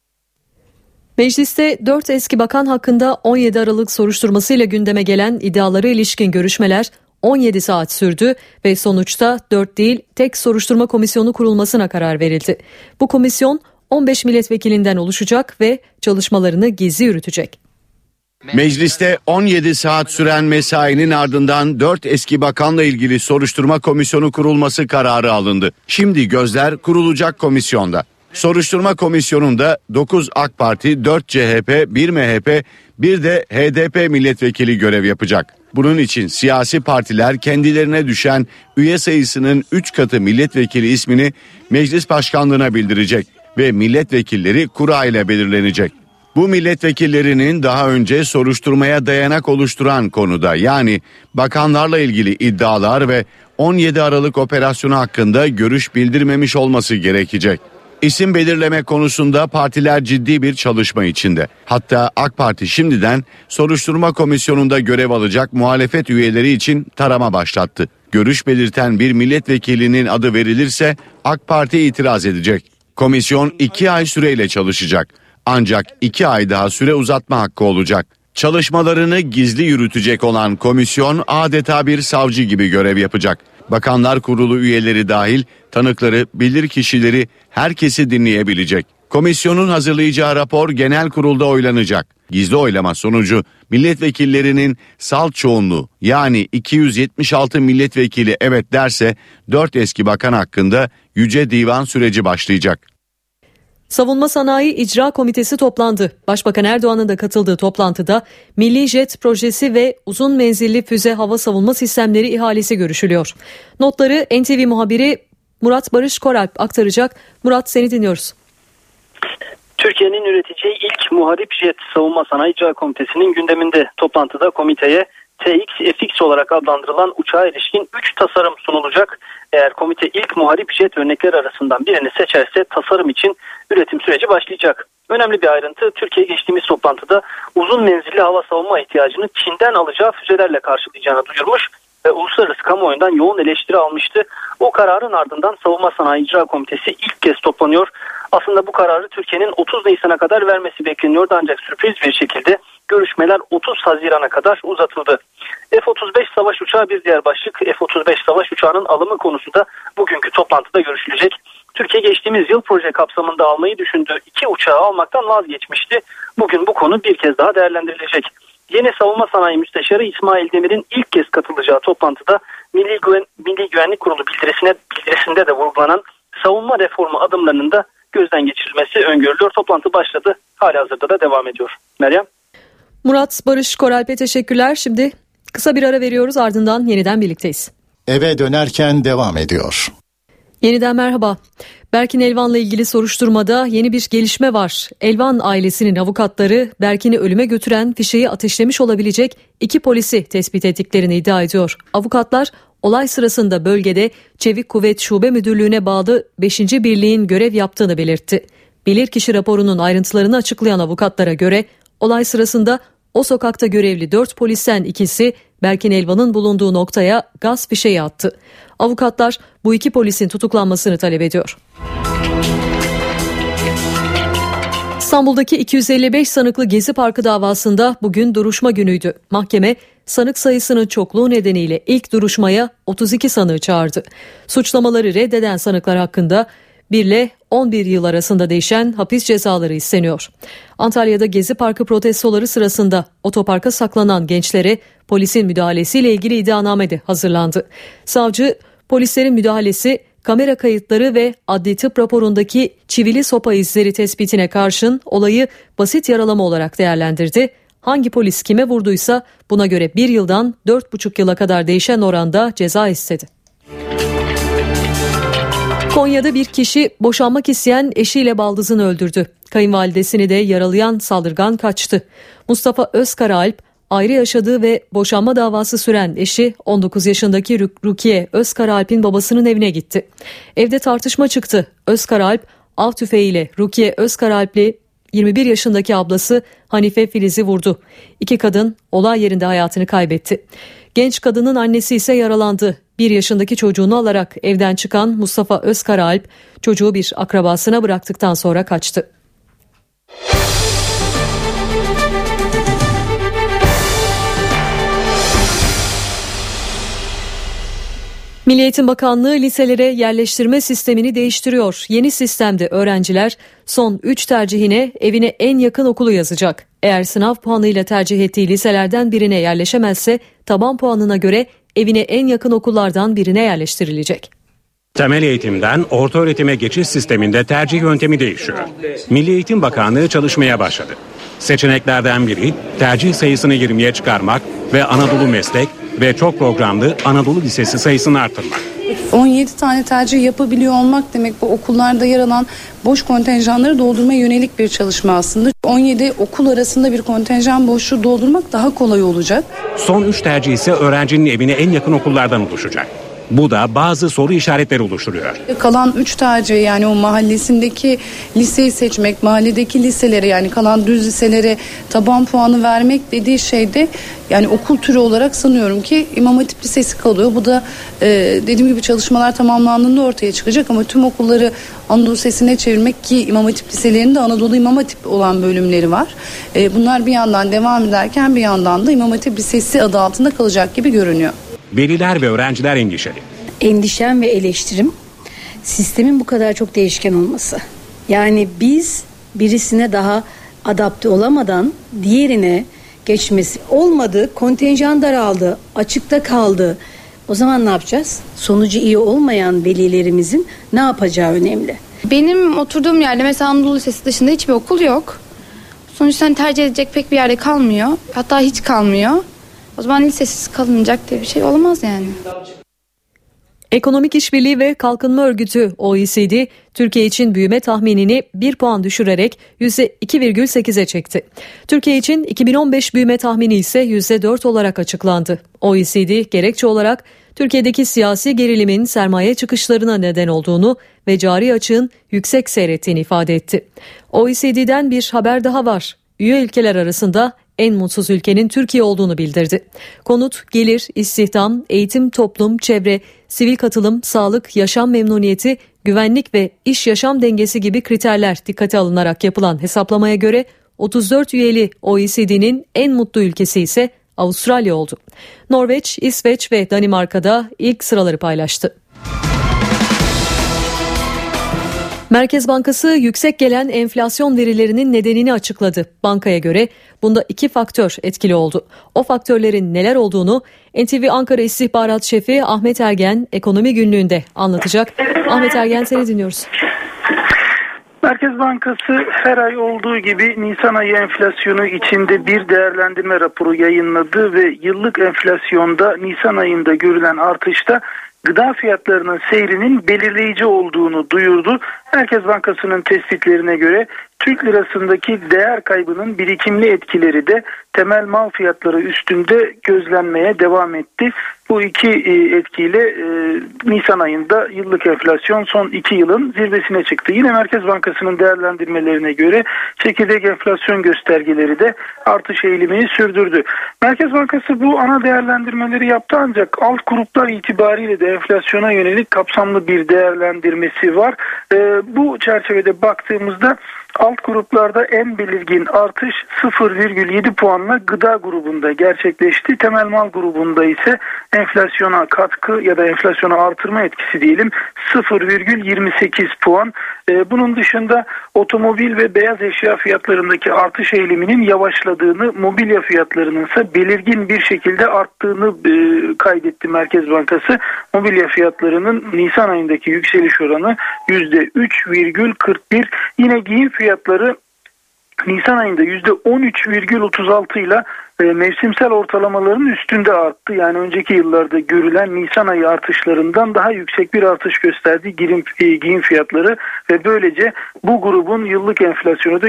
Mecliste 4 eski bakan hakkında 17 Aralık soruşturmasıyla gündeme gelen iddialara ilişkin görüşmeler 17 saat sürdü ve sonuçta 4 değil tek soruşturma komisyonu kurulmasına karar verildi. Bu komisyon 15 milletvekilinden oluşacak ve çalışmalarını gizli yürütecek. Mecliste 17 saat süren mesainin ardından 4 eski bakanla ilgili soruşturma komisyonu kurulması kararı alındı. Şimdi gözler kurulacak komisyonda. Soruşturma komisyonunda 9 AK Parti, 4 CHP, 1 MHP, bir de HDP milletvekili görev yapacak. Bunun için siyasi partiler kendilerine düşen üye sayısının 3 katı milletvekili ismini meclis başkanlığına bildirecek ve milletvekilleri kura ile belirlenecek. Bu milletvekillerinin daha önce soruşturmaya dayanak oluşturan konuda yani bakanlarla ilgili iddialar ve 17 Aralık operasyonu hakkında görüş bildirmemiş olması gerekecek. İsim belirleme konusunda partiler ciddi bir çalışma içinde. Hatta AK Parti şimdiden soruşturma komisyonunda görev alacak muhalefet üyeleri için tarama başlattı. Görüş belirten bir milletvekilinin adı verilirse AK Parti itiraz edecek. Komisyon 2 ay süreyle çalışacak. Ancak 2 ay daha süre uzatma hakkı olacak. Çalışmalarını gizli yürütecek olan komisyon adeta bir savcı gibi görev yapacak. Bakanlar Kurulu üyeleri dahil tanıkları, bilirkişileri, herkesi dinleyebilecek. Komisyonun hazırlayacağı rapor genel kurulda oylanacak. Gizli oylama sonucu milletvekillerinin salt çoğunluğu yani 276 milletvekili evet derse 4 eski bakan hakkında Yüce Divan süreci başlayacak. Savunma Sanayi İcra Komitesi toplandı. Başbakan Erdoğan'ın da katıldığı toplantıda Milli Jet Projesi ve uzun menzilli füze hava savunma sistemleri ihalesi görüşülüyor. Notları NTV muhabiri Murat Barış Koralp aktaracak. Murat, seni dinliyoruz. Türkiye'nin üreteceği ilk muharip jet Savunma Sanayi İcra Komitesi'nin gündeminde. Toplantıda komiteye TX-FX olarak adlandırılan uçağa ilişkin 3 tasarım sunulacak. Eğer komite ilk muharip jet örnekleri arasından birini seçerse tasarım için üretim süreci başlayacak. Önemli bir ayrıntı, Türkiye geçtiğimiz toplantıda uzun menzilli hava savunma ihtiyacını Çin'den alacağı füzelerle karşılayacağını duyurmuş ve uluslararası kamuoyundan yoğun eleştiri almıştı. O kararın ardından Savunma Sanayi İcra Komitesi ilk kez toplanıyor. Aslında bu kararı Türkiye'nin 30 Nisan'a kadar vermesi bekleniyordu ancak sürpriz bir şekilde görüşmeler 30 Haziran'a kadar uzatıldı. F-35 savaş uçağı bir diğer başlık. F-35 savaş uçağının alımı konusu da bugünkü toplantıda görüşülecek. Türkiye geçtiğimiz yıl proje kapsamında almayı düşündüğü 2 uçağı almaktan vazgeçmişti. Bugün bu konu bir kez daha değerlendirilecek. Yeni Savunma Sanayi Müsteşarı İsmail Demir'in ilk kez katılacağı toplantıda Milli Güvenlik Kurulu bildirisinde de vurgulanan savunma reformu adımlarının da gözden geçirilmesi öngörülüyor. Toplantı başladı. Halihazırda da devam ediyor. Meryem. Murat Barış Koralp'e teşekkürler. Şimdi kısa bir ara veriyoruz, ardından yeniden birlikteyiz. Eve dönerken devam ediyor. Yeniden merhaba. Berkin Elvan'la ilgili soruşturmada yeni bir gelişme var. Elvan ailesinin avukatları Berkin'i ölüme götüren fişeği ateşlemiş olabilecek 2 polisi tespit ettiklerini iddia ediyor. Avukatlar olay sırasında bölgede Çevik Kuvvet Şube Müdürlüğü'ne bağlı 5. Birliğin görev yaptığını belirtti. Bilirkişi raporunun ayrıntılarını açıklayan avukatlara göre olay sırasında o sokakta görevli 4 polisten ikisi Berkin Elvan'ın bulunduğu noktaya gaz fişeği attı. Avukatlar bu 2 polisin tutuklanmasını talep ediyor. İstanbul'daki 255 sanıklı Gezi Parkı davasında bugün duruşma günüydü. Mahkeme sanık sayısının çokluğu nedeniyle ilk duruşmaya 32 sanığı çağırdı. Suçlamaları reddeden sanıklar hakkında 1 ile 11 yıl arasında değişen hapis cezaları isteniyor. Antalya'da Gezi Parkı protestoları sırasında otoparka saklanan gençlere polisin müdahalesiyle ilgili iddianame de hazırlandı. Savcı, polislerin müdahalesi kamera kayıtları ve adli tıp raporundaki çivili sopa izleri tespitine karşın olayı basit yaralama olarak değerlendirdi. Hangi polis kime vurduysa buna göre 1 yıldan 4,5 yıla kadar değişen oranda ceza istedi. Konya'da bir kişi boşanmak isteyen eşiyle baldızını öldürdü. Kayınvalidesini de yaralayan saldırgan kaçtı. Mustafa Özkaralp ayrı yaşadığı ve boşanma davası süren eşi 19 yaşındaki Rukiye Özkaralp'in babasının evine gitti. Evde tartışma çıktı. Özkaralp av tüfeğiyle Rukiye Özkaralp'li 21 yaşındaki ablası Hanife Filiz'i vurdu. İki kadın olay yerinde hayatını kaybetti. Genç kadının annesi ise yaralandı. 1 yaşındaki çocuğunu alarak evden çıkan Mustafa Özkaralp çocuğu bir akrabasına bıraktıktan sonra kaçtı. Milli Eğitim Bakanlığı liselere yerleştirme sistemini değiştiriyor. Yeni sistemde öğrenciler son 3 tercihine evine en yakın okulu yazacak. Eğer sınav puanıyla tercih ettiği liselerden birine yerleşemezse taban puanına göre evine en yakın okullardan birine yerleştirilecek. Temel eğitimden orta öğretime geçiş sisteminde tercih yöntemi değişiyor. Milli Eğitim Bakanlığı çalışmaya başladı. Seçeneklerden biri tercih sayısını 20'ye çıkarmak ve Anadolu Meslek ve çok programlı Anadolu Lisesi sayısını artırmak. 17 tane tercih yapabiliyor olmak demek bu okullarda yer alan boş kontenjanları doldurmaya yönelik bir çalışma aslında. 17 okul arasında bir kontenjan boşluğu doldurmak daha kolay olacak. Son 3 tercih ise öğrencinin evine en yakın okullardan oluşacak. Bu da bazı soru işaretleri oluşturuyor. Kalan 3 tercih yani o mahallesindeki liseyi seçmek, mahalledeki liselere yani kalan düz liselere taban puanı vermek dediği şeyde yani okul türü olarak sanıyorum ki İmam Hatip Lisesi kalıyor. Bu da dediğim gibi çalışmalar tamamlandığında ortaya çıkacak ama tüm okulları Anadolu Lisesi'ne çevirmek ki İmam Hatip Liselerinde Anadolu İmam Hatip olan bölümleri var. Bunlar bir yandan devam ederken bir yandan da İmam Hatip Lisesi adı altında kalacak gibi görünüyor. Veliler ve öğrenciler endişeli. Endişem ve eleştirim sistemin bu kadar çok değişken olması. Yani biz birisine daha adapte olamadan diğerine geçmesi olmadı, kontenjan daraldı, açıkta kaldı. O zaman ne yapacağız? Sonucu iyi olmayan velilerimizin ne yapacağı önemli. Benim oturduğum yerde mesela Anadolu Lisesi dışında hiçbir okul yok. Sonuçta tercih edecek pek bir yerde kalmıyor. Hatta hiç kalmıyor. O zaman lisesiz kalınacak diye bir şey olamaz yani. Ekonomik İşbirliği ve Kalkınma Örgütü OECD, Türkiye için büyüme tahminini 1 puan düşürerek %2,8'e çekti. Türkiye için 2015 büyüme tahmini ise %4 olarak açıklandı. OECD gerekçe olarak Türkiye'deki siyasi gerilimin sermaye çıkışlarına neden olduğunu ve cari açığın yüksek seyrettiğini ifade etti. OECD'den bir haber daha var. Üye ülkeler arasında en mutsuz ülkenin Türkiye olduğunu bildirdi. Konut, gelir, istihdam, eğitim, toplum, çevre, sivil katılım, sağlık, yaşam memnuniyeti, güvenlik ve iş yaşam dengesi gibi kriterler dikkate alınarak yapılan hesaplamaya göre 34 üyeli OECD'nin en mutlu ülkesi ise Avustralya oldu. Norveç, İsveç ve Danimarka'da ilk sıraları paylaştı. Merkez Bankası yüksek gelen enflasyon verilerinin nedenini açıkladı. Bankaya göre bunda 2 faktör etkili oldu. O faktörlerin neler olduğunu NTV Ankara İstihbarat Şefi Ahmet Ergen Ekonomi Günlüğü'nde anlatacak. Ahmet Ergen, seni dinliyoruz. Merkez Bankası her ay olduğu gibi Nisan ayı enflasyonu içinde bir değerlendirme raporu yayınladı ve yıllık enflasyonda Nisan ayında görülen artışta gıda fiyatlarının seyrinin belirleyici olduğunu duyurdu. Merkez Bankası'nın tespitlerine göre Türk lirasındaki değer kaybının birikimli etkileri de temel mal fiyatları üstünde gözlenmeye devam etti. Bu iki etkiyle Nisan ayında yıllık enflasyon son 2 yılın zirvesine çıktı. Yine Merkez Bankası'nın değerlendirmelerine göre çekirdek enflasyon göstergeleri de artış eğilimini sürdürdü. Merkez Bankası bu ana değerlendirmeleri yaptı ancak alt gruplar itibariyle de enflasyona yönelik kapsamlı bir değerlendirmesi var. Bu çerçevede baktığımızda alt gruplarda en belirgin artış 0,7 puanla gıda grubunda gerçekleşti. Temel mal grubunda ise enflasyona katkı ya da enflasyona artırma etkisi diyelim 0,28 puan. Bunun dışında otomobil ve beyaz eşya fiyatlarındaki artış eğiliminin yavaşladığını, mobilya fiyatlarının ise belirgin bir şekilde arttığını kaydetti Merkez Bankası. Mobilya fiyatlarının Nisan ayındaki yükseliş oranı %3,41. Yine giyim fiyatları Nisan ayında %13,36 ile mevsimsel ortalamaların üstünde arttı. Yani önceki yıllarda görülen Nisan ayı artışlarından daha yüksek bir artış gösterdi giyim fiyatları ve böylece bu grubun yıllık enflasyonu da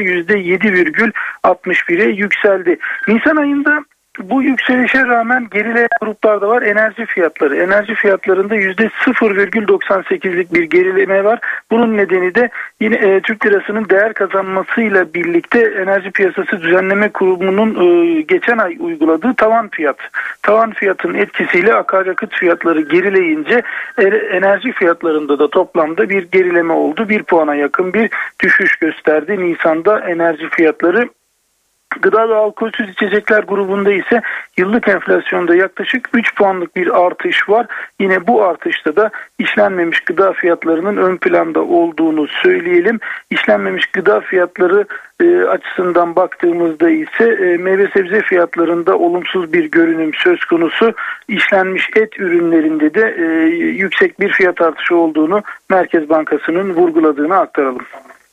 %7,61'e yükseldi. Nisan ayında bu yükselişe rağmen gerileyen gruplarda var. Enerji fiyatları. Enerji fiyatlarında %0,98'lik bir gerileme var. Bunun nedeni de yine Türk lirasının değer kazanmasıyla birlikte Enerji Piyasası Düzenleme Kurumu'nun geçen ay uyguladığı tavan fiyat. Tavan fiyatın etkisiyle akaryakıt fiyatları gerileyince enerji fiyatlarında da toplamda bir gerileme oldu. 1 puana yakın bir düşüş gösterdi Nisan'da enerji fiyatları. Gıda ve alkolsüz içecekler grubunda ise yıllık enflasyonda yaklaşık 3 puanlık bir artış var. Yine bu artışta da işlenmemiş gıda fiyatlarının ön planda olduğunu söyleyelim. İşlenmemiş gıda fiyatları açısından baktığımızda ise meyve sebze fiyatlarında olumsuz bir görünüm söz konusu. İşlenmiş et ürünlerinde de yüksek bir fiyat artışı olduğunu Merkez Bankası'nın vurguladığını aktaralım.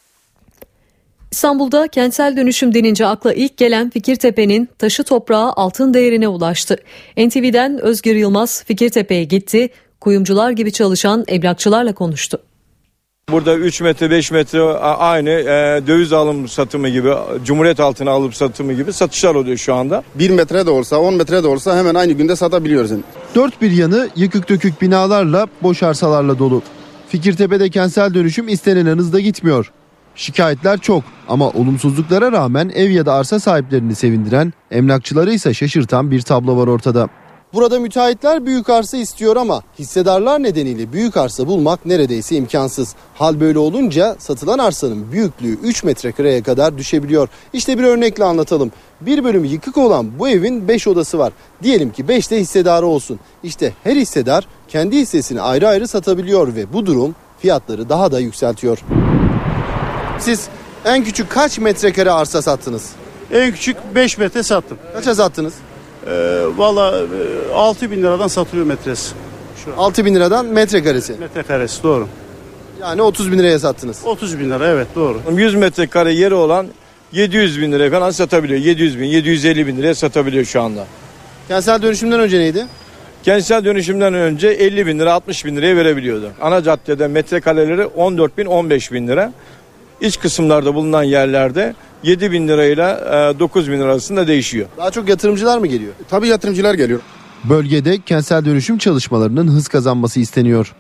İstanbul'da kentsel dönüşüm denince akla ilk gelen Fikirtepe'nin taşı toprağı altın değerine ulaştı. NTV'den Özgür Yılmaz Fikirtepe'ye gitti, kuyumcular gibi çalışan emlakçılarla konuştu. Burada 3 metre 5 metre aynı döviz alım satımı gibi, Cumhuriyet altını alıp satımı gibi satışlar oluyor şu anda. 1 metre de olsa 10 metre de olsa hemen aynı günde satabiliyoruz. Dört bir yanı yıkık dökük binalarla, boş arsalarla dolu. Fikirtepe'de kentsel dönüşüm istenilen hızda gitmiyor. Şikayetler çok ama olumsuzluklara rağmen ev ya da arsa sahiplerini sevindiren, emlakçıları ise şaşırtan bir tablo var ortada. Burada müteahhitler büyük arsa istiyor ama hissedarlar nedeniyle büyük arsa bulmak neredeyse imkansız. Hal böyle olunca satılan arsanın büyüklüğü 3 metrekareye kadar düşebiliyor. İşte bir örnekle anlatalım. Bir bölümü yıkık olan bu evin 5 odası var. Diyelim ki 5 de hissedarı olsun. İşte her hissedar kendi hissesini ayrı ayrı satabiliyor ve bu durum fiyatları daha da yükseltiyor. Siz en küçük kaç metrekare arsa sattınız? En küçük 5 metre sattım. Kaça sattınız? Valla 6 bin liradan satılıyor metresi. 6 bin liradan metrekaresi? Metrekaresi doğru. Yani 30 bin liraya sattınız. 30 bin lira evet doğru. 100 metrekare yeri olan 700 bin liraya falan satabiliyor. 700 bin, 750 bin liraya satabiliyor şu anda. Kentsel dönüşümden önce neydi? Kentsel dönüşümden önce 50 bin lira 60 bin liraya verebiliyordu. Ana caddede metrekareleri 14 bin 15 bin lira. İç kısımlarda bulunan yerlerde 7 bin lirayla 9 bin lira arasında değişiyor. Daha çok yatırımcılar mı geliyor? Tabii yatırımcılar geliyor. Bölgede kentsel dönüşüm çalışmalarının hız kazanması isteniyor.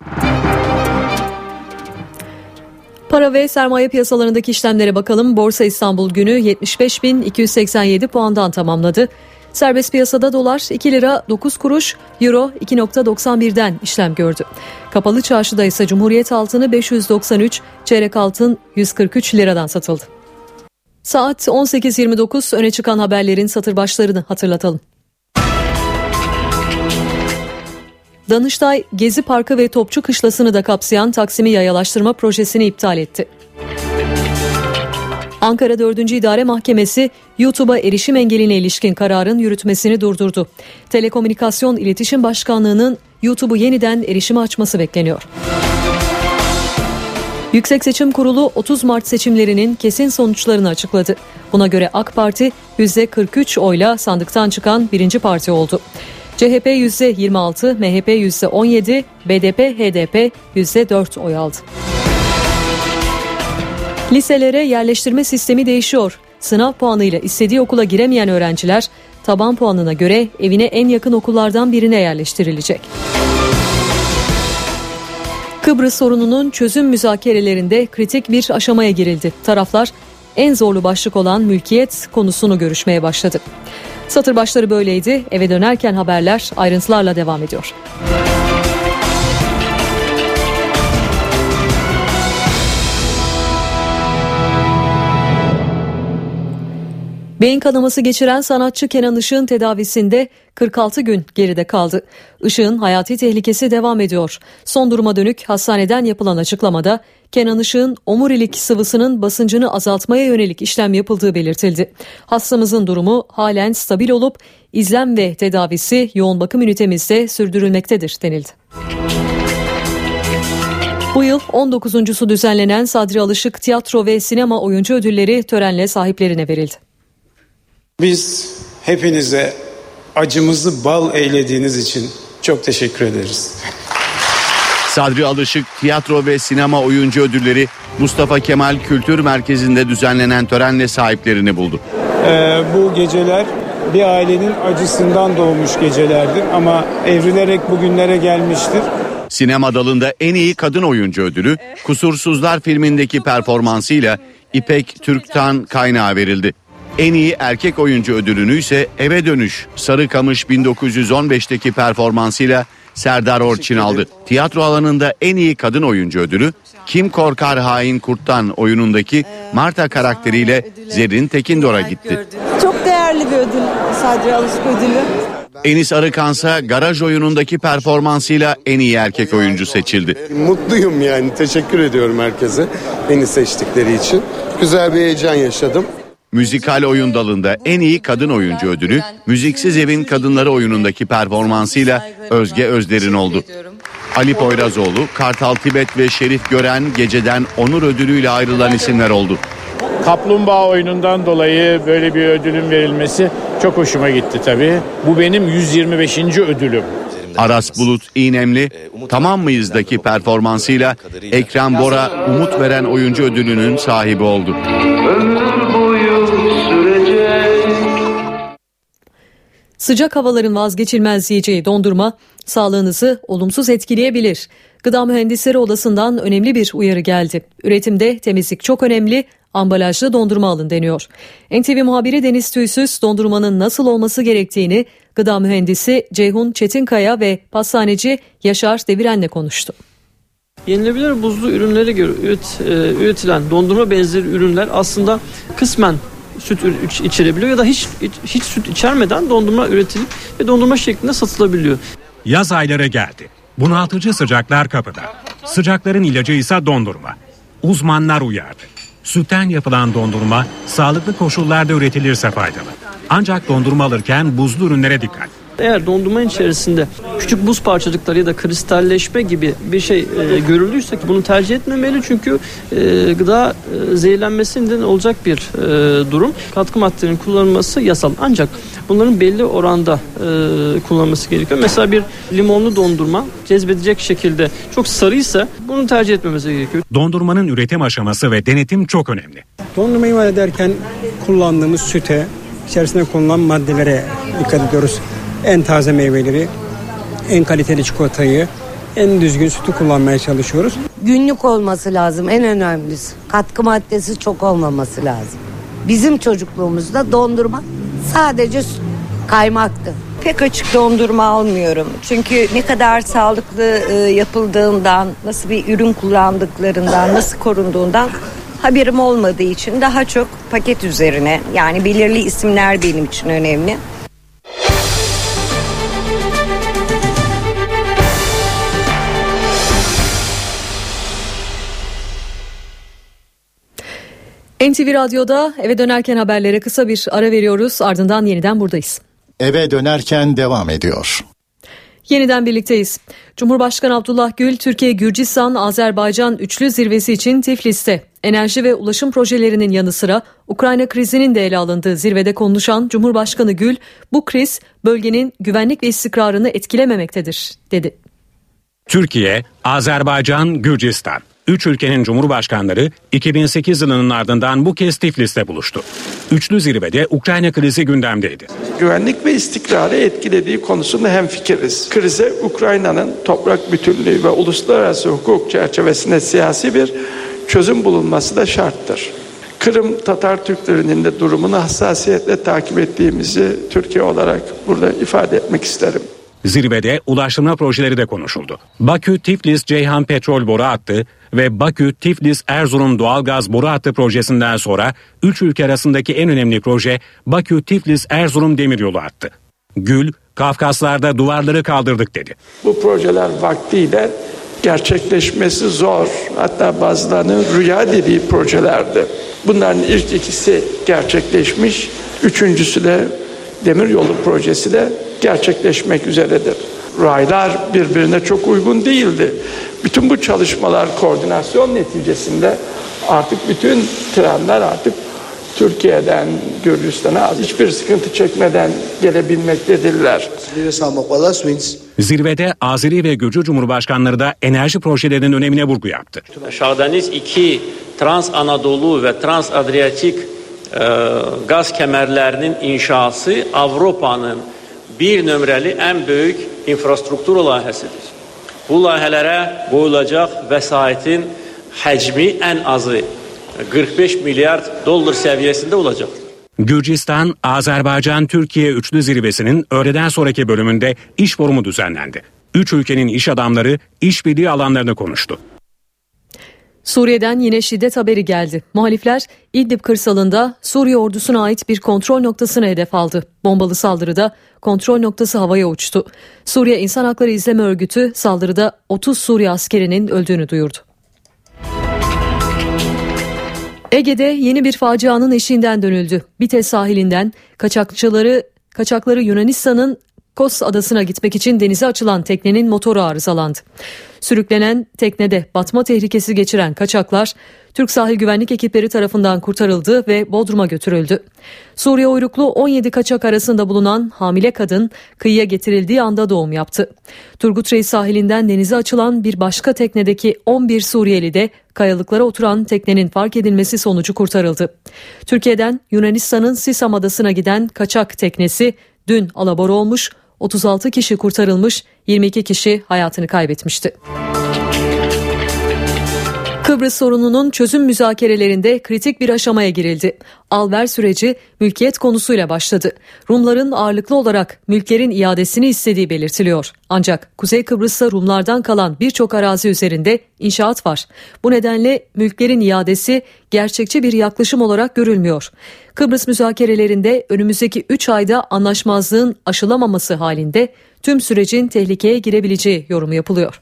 Para ve sermaye piyasalarındaki işlemlere bakalım. Borsa İstanbul günü 75.287 puandan tamamladı. Serbest piyasada dolar 2 lira 9 kuruş, euro 2.91'den işlem gördü. Kapalı çarşıda ise Cumhuriyet altını 593, çeyrek altın 143 liradan satıldı. Saat 18.29, öne çıkan haberlerin satır başlarını hatırlatalım. Danıştay, Gezi Parkı ve Topçu Kışlası'nı da kapsayan Taksim'i yayalaştırma projesini iptal etti. Ankara 4. İdare Mahkemesi YouTube'a erişim engeline ilişkin kararın yürütmesini durdurdu. Telekomünikasyon İletişim Başkanlığı'nın YouTube'u yeniden erişime açması bekleniyor. Yüksek Seçim Kurulu 30 Mart seçimlerinin kesin sonuçlarını açıkladı. Buna göre AK Parti %43 oyla sandıktan çıkan birinci parti oldu. CHP %26, MHP %17, BDP, HDP %4 oy aldı. Liselere yerleştirme sistemi değişiyor. Sınav puanıyla istediği okula giremeyen öğrenciler taban puanına göre evine en yakın okullardan birine yerleştirilecek. Kıbrıs sorununun çözüm müzakerelerinde kritik bir aşamaya girildi. Taraflar en zorlu başlık olan mülkiyet konusunu görüşmeye başladı. Satır başları böyleydi. Eve dönerken haberler ayrıntılarla devam ediyor. Beyin kanaması geçiren sanatçı Kenan Işık'ın tedavisinde 46 gün geride kaldı. Işık'ın hayati tehlikesi devam ediyor. Son duruma dönük hastaneden yapılan açıklamada Kenan Işık'ın omurilik sıvısının basıncını azaltmaya yönelik işlem yapıldığı belirtildi. Hastamızın durumu halen stabil olup izlem ve tedavisi yoğun bakım ünitemizde sürdürülmektedir denildi. Bu yıl 19.sü düzenlenen Sadri Alışık Tiyatro ve Sinema Oyuncu Ödülleri törenle sahiplerine verildi. Biz hepinize acımızı bal eylediğiniz için çok teşekkür ederiz. Sadri Alışık Tiyatro ve Sinema Oyuncu Ödülleri Mustafa Kemal Kültür Merkezi'nde düzenlenen törenle sahiplerini buldu. Bu geceler bir ailenin acısından doğmuş gecelerdir ama evrilerek bugünlere gelmiştir. Sinema dalında en iyi kadın oyuncu ödülü Kusursuzlar filmindeki performansıyla İpek Türktan Kaynağı verildi. En iyi erkek oyuncu ödülünü ise Eve Dönüş Sarıkamış 1915'teki performansıyla Serdar Orçin aldı. Tiyatro alanında en iyi kadın oyuncu ödülü Kim Korkar Hain Kurt'tan oyunundaki Marta karakteriyle Zerrin Tekindor'a gitti. Çok değerli bir ödül, Sadri Alışık ödülü. Enis Arıkansa Garaj oyunundaki performansıyla en iyi erkek oyuncu seçildi. Mutluyum yani, teşekkür ediyorum herkese beni seçtikleri için. Güzel bir heyecan yaşadım. Müzikal oyun dalında en iyi kadın oyuncu ödülü Müziksiz Evin Kadınları oyunundaki performansıyla Özge Özder'in oldu. Ali Poyrazoğlu, Kartal Tibet ve Şerif Gören geceden onur ödülüyle ayrılan isimler oldu. Kaplumbağa oyunundan dolayı böyle bir ödülün verilmesi çok hoşuma gitti tabii. Bu benim 125. ödülüm. Aras Bulut İğnemli, Tamam mıyız'daki performansıyla Ekrem Bora umut veren oyuncu ödülünün sahibi oldu. Sıcak havaların vazgeçilmez yiyeceği dondurma sağlığınızı olumsuz etkileyebilir. Gıda Mühendisleri Odası'ndan önemli bir uyarı geldi. Üretimde temizlik çok önemli, ambalajlı dondurma alın deniyor. NTV muhabiri Deniz Tüysüz dondurmanın nasıl olması gerektiğini gıda mühendisi Ceyhun Çetinkaya ve pastaneci Yaşar Deviren'le konuştu. Yenilebilir buzlu ürünlere göre üretilen dondurma benzeri ürünler aslında kısmen süt içerebiliyor ya da hiç süt içermeden dondurma üretilip ve dondurma şeklinde satılabiliyor. Yaz ayları geldi. Bunaltıcı sıcaklar kapıda. Sıcakların ilacı ise dondurma. Uzmanlar uyardı. Sütten yapılan dondurma sağlıklı koşullarda üretilirse faydalı. Ancak dondurma alırken buzlu ürünlere dikkat. Eğer dondurmanın içerisinde küçük buz parçacıkları ya da kristalleşme gibi bir şey görüldüyse bunu tercih etmemeli çünkü gıda zehirlenmesinden olacak bir durum. Katkı maddelerinin kullanılması yasal ancak bunların belli oranda kullanılması gerekiyor. Mesela bir limonlu dondurma cezbedecek şekilde çok sarıysa bunu tercih etmemiz gerekiyor. Dondurmanın üretim aşaması ve denetim çok önemli. Dondurma imal ederken kullandığımız süte, içerisinde kullanılan maddelere dikkat ediyoruz. En taze meyveleri, en kaliteli çikolatayı, en düzgün sütü kullanmaya çalışıyoruz. Günlük olması lazım en önemlisi. Katkı maddesi çok olmaması lazım. Bizim çocukluğumuzda dondurma sadece kaymaktı. Pek açık dondurma almıyorum. Çünkü ne kadar sağlıklı yapıldığından, nasıl bir ürün kullandıklarından, nasıl korunduğundan haberim olmadığı için daha çok paket üzerine, yani belirli isimler benim için önemli. NTV Radyo'da eve dönerken haberlere kısa bir ara veriyoruz. Ardından yeniden buradayız. Eve dönerken devam ediyor. Yeniden birlikteyiz. Cumhurbaşkanı Abdullah Gül, Türkiye-Gürcistan-Azerbaycan üçlü zirvesi için Tiflis'te. Enerji ve ulaşım projelerinin yanı sıra Ukrayna krizinin de ele alındığı zirvede konuşan Cumhurbaşkanı Gül, bu kriz bölgenin güvenlik ve istikrarını etkilememektedir, dedi. Türkiye, Azerbaycan, Gürcistan. 3 ülkenin cumhurbaşkanları 2008 yılının ardından bu kez Tiflis'te buluştu. Üçlü zirvede Ukrayna krizi gündemdeydi. Güvenlik ve istikrarı etkilediği konusunda hemfikiriz. Krize Ukrayna'nın toprak bütünlüğü ve uluslararası hukuk çerçevesinde siyasi bir çözüm bulunması da şarttır. Kırım Tatar Türklerinin de durumunu hassasiyetle takip ettiğimizi Türkiye olarak burada ifade etmek isterim. Zirvede ulaştırma projeleri de konuşuldu. Bakü-Tiflis-Ceyhan petrol boru hattı ve Bakü-Tiflis-Erzurum doğalgaz boru hattı projesinden sonra 3 ülke arasındaki en önemli proje Bakü-Tiflis-Erzurum demiryolu hattı. Gül, Kafkaslar'da duvarları kaldırdık dedi. Bu projeler vaktiyle gerçekleşmesi zor, hatta bazılarının rüya dediği projelerdi. Bunların ilk ikisi gerçekleşmiş, üçüncüsü de demiryolu projesi de gerçekleşmek üzeredir. Raylar birbirine çok uygun değildi. Bütün bu çalışmalar koordinasyon neticesinde artık bütün trenler artık Türkiye'den Gürcistan'a hiçbir sıkıntı çekmeden gelebilmektedirler. Zirvede Azeri ve Gürcü Cumhurbaşkanları da enerji projelerinin önemine vurgu yaptı. Şahdeniz 2 Trans Anadolu ve Trans Adriyatik gaz kemerlerinin inşası Avrupa'nın bir nömrəli en büyük infrastruktur layihəsidir. Bu layihəlere koyulacak vesayetin hacmi en azı 45 milyar dolar seviyesinde olacak. Gürcistan, Azerbaycan, Türkiye üçlü zirvesinin öğleden sonraki bölümünde iş forumu düzenlendi. 3 ülkenin iş adamları işbirliği alanlarını konuştu. Suriye'den yine şiddet haberi geldi. Muhalifler İdlib kırsalında Suriye ordusuna ait bir kontrol noktasını hedef aldı. Bombalı saldırıda kontrol noktası havaya uçtu. Suriye İnsan Hakları İzleme Örgütü saldırıda 30 Suriye askerinin öldüğünü duyurdu. Ege'de yeni bir facianın eşiğinden dönüldü. Bites sahilinden kaçakları Yunanistan'ın Kos adasına gitmek için denize açılan teknenin motoru arızalandı. Sürüklenen teknede batma tehlikesi geçiren kaçaklar Türk sahil güvenlik ekipleri tarafından kurtarıldı ve Bodrum'a götürüldü. Suriye uyruklu 17 kaçak arasında bulunan hamile kadın kıyıya getirildiği anda doğum yaptı. Turgut Reis sahilinden denize açılan bir başka teknedeki 11 Suriyeli de kayalıklara oturan teknenin fark edilmesi sonucu kurtarıldı. Türkiye'den Yunanistan'ın Sisam adasına giden kaçak teknesi dün alabora olmuş, 36 kişi kurtarılmış, 22 kişi hayatını kaybetmişti. Kıbrıs sorununun çözüm müzakerelerinde kritik bir aşamaya girildi. Al-ver süreci mülkiyet konusuyla başladı. Rumların ağırlıklı olarak mülklerin iadesini istediği belirtiliyor. Ancak Kuzey Kıbrıs'ta Rumlardan kalan birçok arazi üzerinde inşaat var. Bu nedenle mülklerin iadesi gerçekçi bir yaklaşım olarak görülmüyor. Kıbrıs müzakerelerinde önümüzdeki 3 ayda anlaşmazlığın aşılamaması halinde tüm sürecin tehlikeye girebileceği yorumu yapılıyor.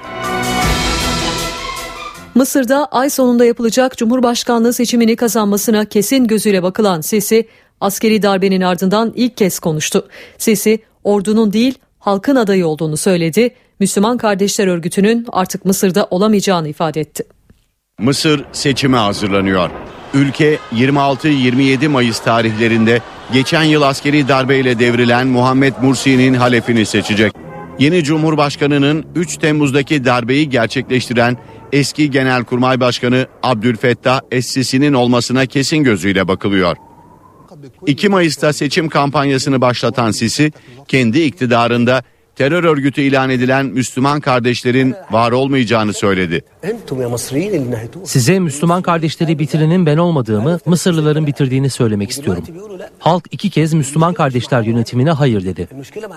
Mısır'da ay sonunda yapılacak Cumhurbaşkanlığı seçimini kazanmasına kesin gözüyle bakılan Sisi, askeri darbenin ardından ilk kez konuştu. Sisi, ordunun değil halkın adayı olduğunu söyledi. Müslüman Kardeşler Örgütü'nün artık Mısır'da olamayacağını ifade etti. Mısır seçime hazırlanıyor. Ülke 26-27 Mayıs tarihlerinde geçen yıl askeri darbeyle devrilen Muhammed Mursi'nin halefini seçecek. Yeni Cumhurbaşkanı'nın 3 Temmuz'daki darbeyi gerçekleştiren eski Genelkurmay Başkanı Abdülfettah Es-Sisi'nin olmasına kesin gözüyle bakılıyor. 2 Mayıs'ta seçim kampanyasını başlatan Sisi, kendi iktidarında terör örgütü ilan edilen Müslüman Kardeşlerin var olmayacağını söyledi. Size Müslüman Kardeşleri bitirenin ben olmadığımı, Mısırlıların bitirdiğini söylemek istiyorum. Halk 2 kez Müslüman Kardeşler yönetimine hayır dedi.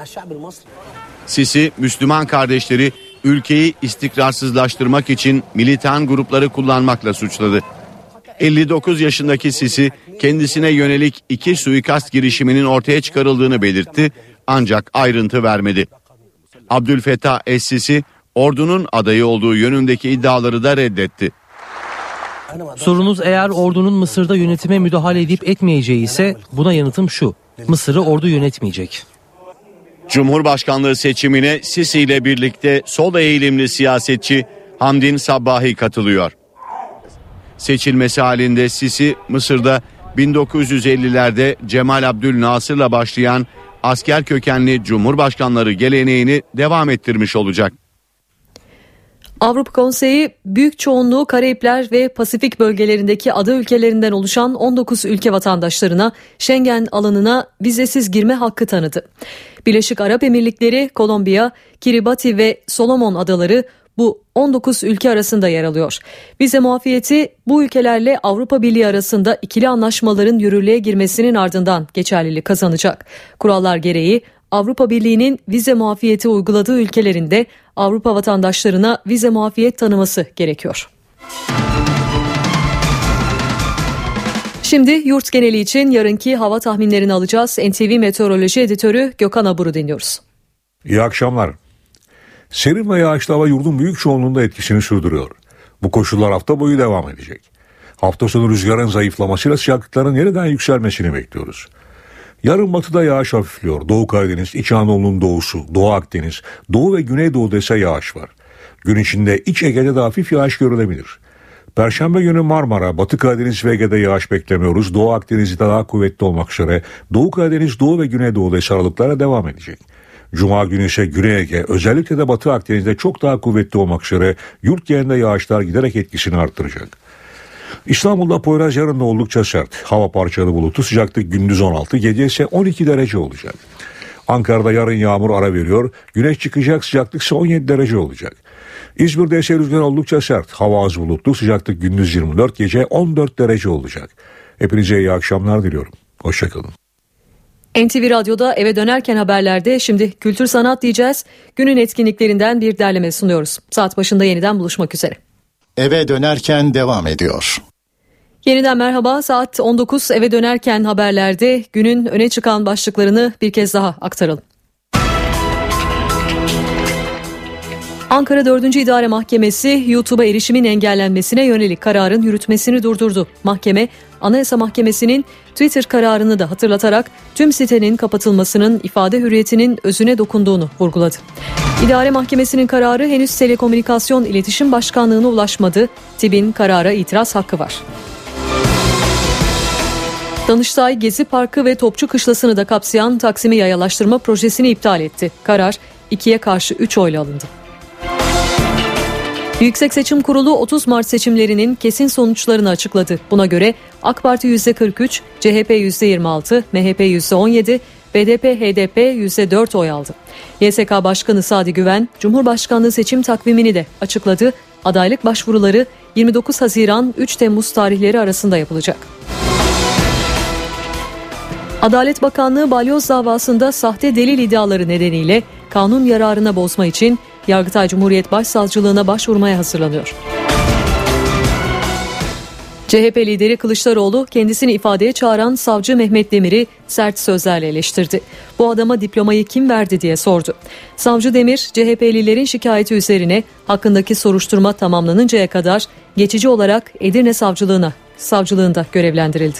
Sisi, Müslüman Kardeşleri ülkeyi istikrarsızlaştırmak için militan grupları kullanmakla suçladı. 59 yaşındaki Sisi, kendisine yönelik 2 suikast girişiminin ortaya çıkarıldığını belirtti, ancak ayrıntı vermedi. Abdülfettah Es-Sisi, ordunun adayı olduğu yönündeki iddiaları da reddetti. Sorunuz eğer ordunun Mısır'da yönetime müdahale edip etmeyeceği ise buna yanıtım şu: Mısır'ı ordu yönetmeyecek. Cumhurbaşkanlığı seçimine Sisi ile birlikte sol eğilimli siyasetçi Hamdin Sabbahi katılıyor. Seçilmesi halinde Sisi, Mısır'da 1950'lerde Cemal Abdülnasır'la başlayan asker kökenli cumhurbaşkanları geleneğini devam ettirmiş olacak. Avrupa Konseyi büyük çoğunluğu Karayipler ve Pasifik bölgelerindeki ada ülkelerinden oluşan 19 ülke vatandaşlarına Schengen alanına vizesiz girme hakkı tanıdı. Birleşik Arap Emirlikleri, Kolombiya, Kiribati ve Solomon Adaları bu 19 ülke arasında yer alıyor. Vize muafiyeti bu ülkelerle Avrupa Birliği arasında ikili anlaşmaların yürürlüğe girmesinin ardından geçerlilik kazanacak. Kurallar gereği Avrupa Birliği'nin vize muafiyeti uyguladığı ülkelerinde Avrupa vatandaşlarına vize muafiyet tanıması gerekiyor. Şimdi yurt geneli için yarınki hava tahminlerini alacağız. NTV Meteoroloji Editörü Gökhan Abur'u dinliyoruz. İyi akşamlar. Serin ve yağışlı hava yurdun büyük çoğunluğunda etkisini sürdürüyor. Bu koşullar hafta boyu devam edecek. Hafta sonu rüzgarın zayıflamasıyla sıcaklıkların yeniden yükselmesini bekliyoruz. Yarın batıda yağış hafifliyor. Doğu Karadeniz, İç Anadolu'nun doğusu, Doğu Akdeniz, Doğu ve Güneydoğu'da ise yağış var. Gün içinde İç Ege'de de hafif yağış görülebilir. Perşembe günü Marmara, Batı Karadeniz ve Ege'de yağış beklemiyoruz. Doğu Akdeniz'de daha kuvvetli olmak üzere Doğu Karadeniz, Doğu ve Güneydoğu'da ise aralıklarla devam edecek. Cuma günü ise Güney Ege, özellikle de Batı Akdeniz'de çok daha kuvvetli olmak üzere yurt genelinde yağışlar giderek etkisini arttıracak. İstanbul'da Poyraz yarın da oldukça sert. Hava parçalı bulutlu, sıcaklık gündüz 16, gece ise 12 derece olacak. Ankara'da yarın yağmur ara veriyor. Güneş çıkacak, sıcaklık ise 17 derece olacak. İzmir'de ise rüzgar oldukça sert. Hava az bulutlu, sıcaklık gündüz 24, gece 14 derece olacak. Hepinize iyi akşamlar diliyorum. Hoşçakalın. NTV Radyo'da eve dönerken haberlerde şimdi kültür sanat diyeceğiz. Günün etkinliklerinden bir derleme sunuyoruz. Saat başında yeniden buluşmak üzere. Eve dönerken devam ediyor. Yeniden merhaba. Saat 19 eve dönerken haberlerde günün öne çıkan başlıklarını bir kez daha aktaralım. Ankara 4. İdare Mahkemesi YouTube'a erişimin engellenmesine yönelik kararın yürütmesini durdurdu. Mahkeme, Anayasa Mahkemesi'nin Twitter kararını da hatırlatarak tüm sitenin kapatılmasının ifade hürriyetinin özüne dokunduğunu vurguladı. İdare Mahkemesi'nin kararı henüz Telekomünikasyon İletişim Başkanlığı'na ulaşmadı. TİB'in karara itiraz hakkı var. Danıştay, Gezi Parkı ve Topçu Kışlası'nı da kapsayan Taksim'i yayalaştırma projesini iptal etti. Karar 2'ye karşı 3 oyla alındı. Yüksek Seçim Kurulu 30 Mart seçimlerinin kesin sonuçlarını açıkladı. Buna göre AK Parti %43, CHP %26, MHP %17, BDP-HDP %4 oy aldı. YSK Başkanı Sadi Güven, Cumhurbaşkanlığı seçim takvimini de açıkladı. Adaylık başvuruları 29 Haziran 3 Temmuz tarihleri arasında yapılacak. Adalet Bakanlığı balyoz davasında sahte delil iddiaları nedeniyle kanun yararına bozma için Yargıtay Cumhuriyet Başsavcılığına başvurmaya hazırlanıyor. CHP lideri Kılıçdaroğlu kendisini ifadeye çağıran savcı Mehmet Demir'i sert sözlerle eleştirdi. Bu adama diplomayı kim verdi diye sordu. Savcı Demir, CHP'lilerin şikayeti üzerine hakkındaki soruşturma tamamlanıncaya kadar geçici olarak Edirne savcılığında görevlendirildi.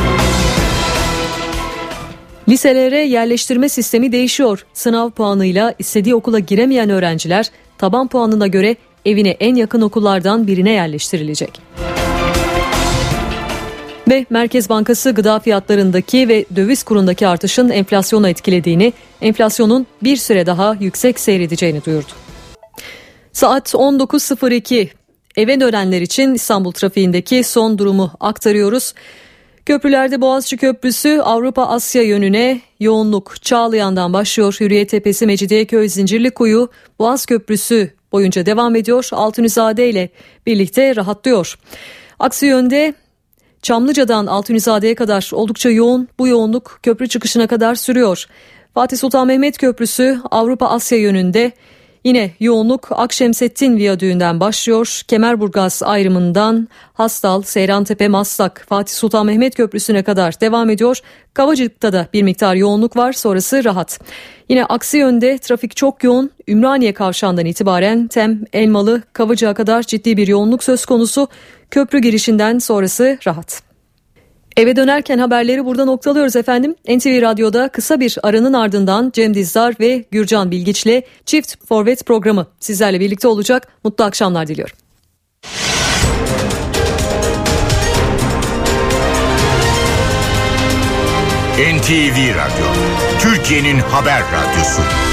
Liselere yerleştirme sistemi değişiyor. Sınav puanıyla istediği okula giremeyen öğrenciler taban puanına göre evine en yakın okullardan birine yerleştirilecek. Ve Merkez Bankası gıda fiyatlarındaki ve döviz kurundaki artışın enflasyonu etkilediğini, enflasyonun bir süre daha yüksek seyredeceğini duyurdu. Saat 19.02. Eve dönenler için İstanbul trafiğindeki son durumu aktarıyoruz. Köprülerde Boğaziçi Köprüsü Avrupa-Asya yönüne yoğunluk Çağlayan'dan başlıyor. Hürriyettepe'si, Mecidiyeköy, Zincirlikuyu, Boğaz Köprüsü boyunca devam ediyor. Altunizaade ile birlikte rahatlıyor. Aksi yönde Çamlıca'dan Altunizade'ye kadar oldukça yoğun, bu yoğunluk köprü çıkışına kadar sürüyor. Fatih Sultan Mehmet Köprüsü Avrupa-Asya yönünde yine yoğunluk Akşemseddin Viyadüğü'nden başlıyor. Kemerburgaz ayrımından Hastal, Seyrantepe, Maslak, Fatih Sultan Mehmet Köprüsü'ne kadar devam ediyor. Kavacık'ta da bir miktar yoğunluk var, sonrası rahat. Yine aksi yönde trafik çok yoğun. Ümraniye kavşağından itibaren Tem, Elmalı, Kavacık'a kadar ciddi bir yoğunluk söz konusu. Köprü girişinden sonrası rahat. Eve dönerken haberleri burada noktalıyoruz efendim. NTV Radyo'da kısa bir aranın ardından Cem Dizdar ve Gürcan Bilgiç'le Çift Forvet programı sizlerle birlikte olacak. Mutlu akşamlar diliyorum. NTV Radyo, Türkiye'nin haber radyosu.